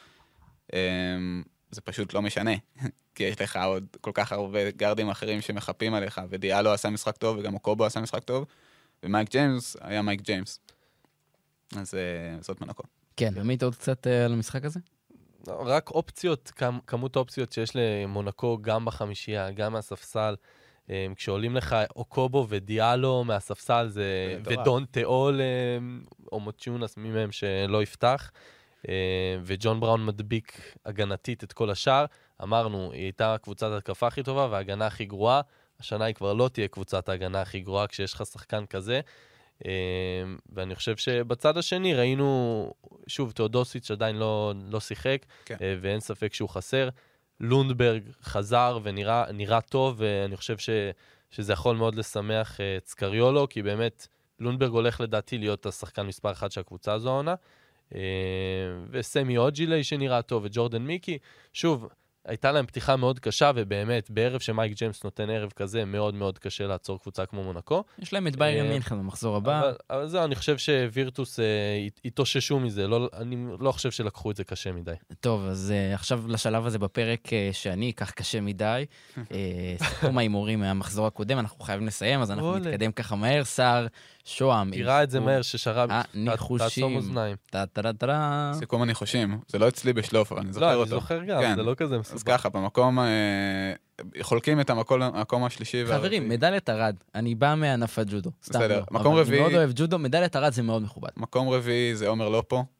זה פשוט לא משנה. כי יש לך עוד כל כך הרבה גרדים אחרים שמחפים עליך, ודיאלו עשה משחק טוב, וגם אוקובו עשה משחק טוב, ומייק ג'יימס היה מייק ג'יימס. אז זאת מונקו. כן, ומית עוד קצת על המשחק הזה? רק אופציות, כמות אופציות שיש למונקו גם בחמישייה, גם מהספסל. כשעולים לך אוקובו ודיאלו מהספסל, זה ודון תיאול או מוצ'ונס, מי מהם שלא יפתח. וג'ון בראון מדביק הגנתית את כל השאר. אמרנו, היא הייתה קבוצת התקפה הכי טובה וההגנה הכי גרועה. השנה היא כבר לא תהיה קבוצת ההגנה הכי גרועה כשיש לך שחקן כזה. ואני חושב שבצד השני ראינו, שוב, תאודוסיץ' עדיין לא, לא שיחק, כן. ואין ספק שהוא חסר. לונדברג חזר ונראה נראה טוב, ואני חושב ש, שזה יכול מאוד לשמח את סקריולו, כי באמת לונדברג הולך לדעתי להיות השחקן מספר אחד של הקבוצה הזו העונה. וסמי אוג'ילי שנראה טוב, וג'ורדן מיקי. שוב, הייתה להם פתיחה מאוד קשה, ובאמת, בערב שמייק ג'יימס נותן ערב כזה, מאוד מאוד קשה לעצור קבוצה כמו מונקו. יש להם את ביירן מינכן במחזור הבא. אבל, אבל זהו, אני חושב שווירטוס אה, התאוששו מזה, לא, אני לא חושב שלקחו את זה קשה מדי. טוב, אז uh, עכשיו לשלב הזה בפרק uh, שאני אקח קשה מדי. סיכום ההימורים מהמחזור הקודם, אנחנו חייבים לסיים, אז אנחנו נתקדם ככה מהר. סער, שוהם. תראה את זה מהר, ששרב, הניחושים. אוזניים. טה-טה-טה-טה. סיכום הניחושים. זה לא אצלי בשלוף, אבל אני זוכר לא, אותו. אני זוכר גם, כן. זה לא כזה מסופר. אז ככה, במקום, אה, חולקים את המקום, המקום השלישי. חברים, והרביעי. מדליית ארד. אני בא מענף הג'ודו. סתם בסדר, לא. מקום אבל רביעי- אני מאוד אוהב ג'ודו, מדליית ארד זה מאוד מכובד. מקום רביעי זה עומר לא פה,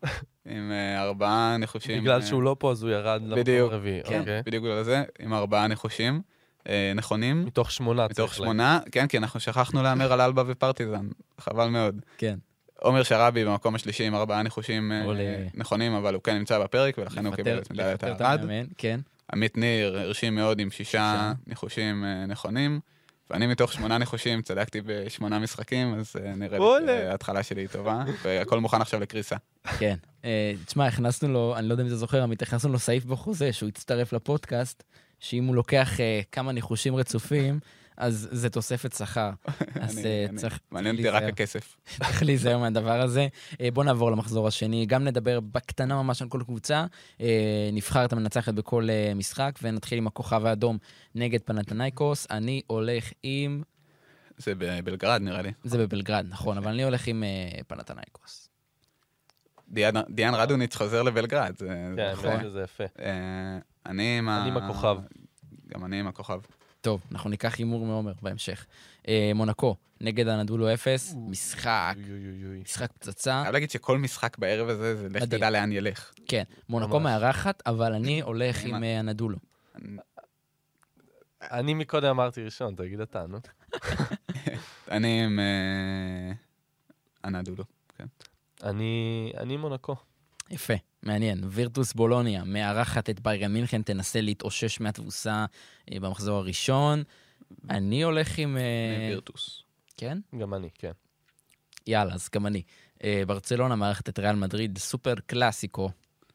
עם אה, ארבעה ניחושים. בגלל אה, שהוא לא פה, אז הוא ירד למקום בדיוק. הרביעי. כן, אוקיי. בדיוק בגלל זה, עם ארבעה ניחושים אה, נכונים. מתוך שמונה. מתוך צריך שמונה, כן, כי אנחנו שכחנו להמר על אלבה ופרטיזן, חבל מאוד. כן. עומר שרבי במקום השלישי עם ארבעה ניחושים אה, עולה. נכונים, אבל הוא כן נמצא בפרק, ולכן הוא קיבל את מדליית לפטר את הארד. המאמן, כן. עמית ניר הרשים מאוד עם שישה ניחושים אה, נכונים, ואני מתוך שמונה ניחושים צדקתי בשמונה משחקים, אז אה, נראה לי עולה. שההתחלה שלי היא טובה, והכל מוכן עכשיו לקריסה. כן. אה, תשמע, הכנסנו לו, אני לא יודע אם אתה זוכר, עמית, הכנסנו לו סעיף בחוזה שהוא יצטרף לפודקאסט, שאם הוא לוקח אה, כמה ניחושים רצופים, אז זה תוספת שכר. אז אני- אה, אני- צריך מעניין אותי להיזהר. רק הכסף. צריך להיזהר מהדבר הזה. אה, בוא נעבור למחזור השני, גם נדבר בקטנה ממש על כל קבוצה, אה, נבחר את המנצחת בכל אה, משחק, ונתחיל עם הכוכב האדום נגד פנתנייקוס. אני הולך עם... זה בבלגרד נראה לי. זה בבלגרד, נכון, אבל אני הולך עם אה, פנתנייקוס. דיאן דיאן רדוניץ' חוזר לבלגרד. זה- זה כן, יפה. באמת שזה יפה. אה, אני עם ה... אני עם הכוכב. גם אני עם הכוכב. טוב, אנחנו ניקח הימור מעומר בהמשך. אה, מונקו, נגד הנדולו אפס, משחק, אוי, אוי, אוי, אוי. משחק פצצה. חייב להגיד שכל משחק בערב הזה, זה לך מדהים. תדע לאן ילך. כן, מונקו ממש. מארחת, אבל אני הולך אני עם מה- אה, הנדולו. אני מקודם אמרתי ראשון, תגיד אתה, נו. אני עם אה, אנדולו. כן. אני אני מונקו. יפה, מעניין. וירטוס בולוניה מארחת את ביירן מינכן, תנסה להתאושש מהתבוסה אה, במחזור הראשון. אני הולך עם... אה, אני וירטוס. כן? גם אני, כן. יאללה, אז גם אני. אה, ברצלונה מארחת את ריאל מדריד, סופר קלאסיקו.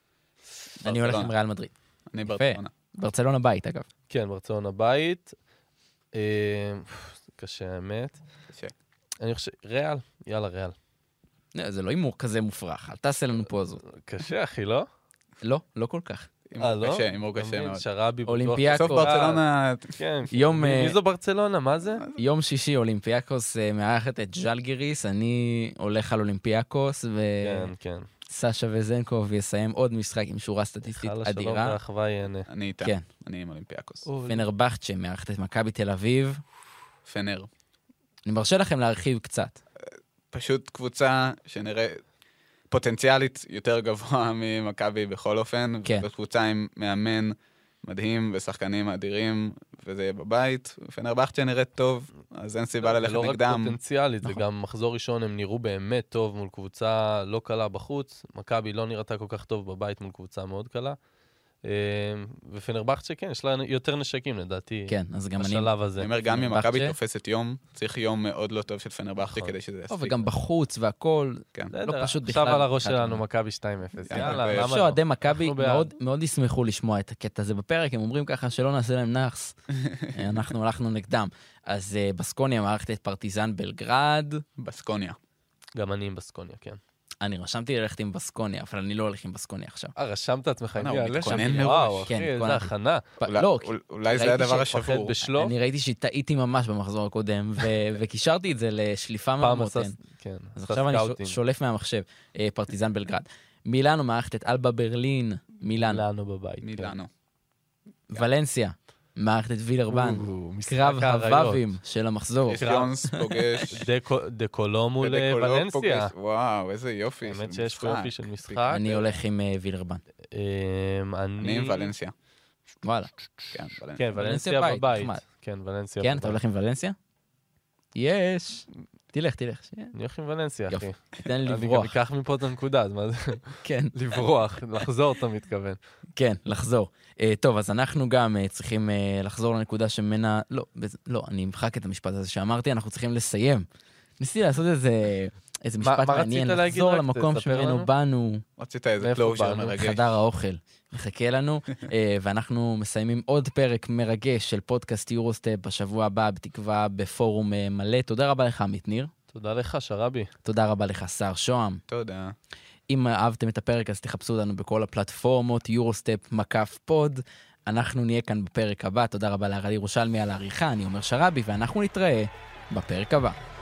אני הולך עם ברצלונה. ריאל מדריד. אני יפה. ברצלונה. ברצלונה בית, אגב. כן, ברצלונה בית. אה, זה קשה, האמת. קשה. אני חושב, ריאל, יאללה, ריאל. לא, זה לא הימור כזה מופרך, אל תעשה לנו פה זאת. קשה, אחי, לא? לא, לא כל כך. הימור אה, לא? קשה, הימור קשה תמיד מאוד. שרבי בטוח. אולימפיאקו. בסוף ברצלונה... כן. יום, מי אה, מי זו ברצלונה? מה זה? יום שישי אולימפיאקוס אה, מארחת את ז'לגיריס, אני הולך על אולימפיאקוס, כן, כן. וסשה וזנקוב יסיים עוד משחק עם שורה סטטיסטית חלה שלום אדירה. והאחווה ייהנה. אני איתה. כן. אני עם אולימפיאקוס. פנרבכצ'ה מארחת את מכבי תל אביב. פנר. אני מרשה לכם להרחיב קצת. פשוט קבוצה שנראה פוטנציאלית יותר גבוה ממכבי בכל אופן. כן. וקבוצה עם מאמן מדהים ושחקנים אדירים, וזה יהיה בבית. פנרבכצ'ה נראית טוב, אז אין סיבה זה ללכת לא רק נגדם. פוטנציאלית, זה נכון. גם מחזור ראשון, הם נראו באמת טוב מול קבוצה לא קלה בחוץ. מכבי לא נראתה כל כך טוב בבית מול קבוצה מאוד קלה. אה, ופנרבכצ'ה, כן, יש לה יותר נשקים לדעתי, כן, אז גם אני... בשלב הזה. אני אומר, גם אם פנרבכצ'ה. מכבי תופסת יום, צריך יום מאוד לא טוב של פנרבכצ'ה נכון. כדי שזה יספיק. טוב, וגם בחוץ והכל. כן. לא בסדר, פשוט בכלל. עכשיו על הראש מבחינת שלנו העונה. מכבי שתיים אפס. יאללה, יאללה, ו- למה אני חושב לא? שאוהדי מכבי אנחנו בעד. מאוד מאוד ישמחו לשמוע את הקטע הזה בפרק, הם אומרים ככה שלא נעשה להם נאחס. אנחנו הלכנו נגדם. אז אה, בסקוניה מארחת את פרטיזן בלגרד. בסקוניה. גם אני עם בסקוניה, כן. אני רשמתי ללכת עם בסקוניה, אבל אני לא הולך עם בסקוניה עכשיו. אה, רשמת עצמך עם הוא מי עלה מתכונן שם? מראש. וואו, אחי, כן, איזה התכוננתי. הכנה. פ- אולי- לא, אול- אולי זה ראיתי הדבר ש- מפחד השבור. בשלוף. אני ראיתי שטעיתי ממש במחזור הקודם, ו- וקישרתי את זה לשליפה פעם עשה... מהמותן. כן, אז עשה עכשיו אני סקאוטינג. ש- שולף מהמחשב. אה, פרטיזן בלגרד. מילאנו מארחת את אלבה ברלין. מילאנו. לנו בבית. כן. מילאנו. ולנסיה מארחת את וילרבן. או, משחק קרב האריות. הוואבים של המחזור. יש יונס פוגש... דקו- דקולו מול אה, ודקולו ולנסיה. פוגש- וואו, איזה יופי. האמת של שיש פה משחק. יופי של משחק. אני הולך עם אה, וילרבן. אמ, אני עם ולנסיה. וואלה. כן, ולנסיה. כן, ולנסיה ולנסיה בית, בבית. נחמד. כן, ולנסיה כן, בבית. אתה הולך עם ולנסיה? יש. תלך, תלך. שנייה. אני הולך עם ולנסיה, יופי. אחי. תן לי אני גם לברוח. אקח מפה את הנקודה, אז מה זה? כן, לברוח, לחזור, אתה מתכוון. כן, לחזור. אה, טוב, אז אנחנו גם אה, צריכים אה, לחזור לנקודה שממנה... לא, בז- לא, אני אמחק את המשפט הזה שאמרתי, אנחנו צריכים לסיים. ניסיתי לעשות איזה, איזה מה- משפט מה מעניין, רצית להגיד? לחזור רק למקום תספר שממנו לנו. באנו, רצית איזה מאיפה קלוז'ר באנו? מרגש. חדר האוכל. מחכה לנו, אה, ואנחנו מסיימים עוד פרק מרגש של פודקאסט יורוסטפ בשבוע הבא, בתקווה בפורום אה, מלא. תודה רבה לך, עמית ניר. תודה לך, שרבי. תודה רבה לך, שר שוהם. תודה. אם אהבתם את הפרק, אז תחפשו אותנו בכל הפלטפורמות, יורוסטפ מקף פוד. אנחנו נהיה כאן בפרק הבא. תודה רבה להרדי ירושלמי על העריכה, אני אומר שרבי, ואנחנו נתראה בפרק הבא.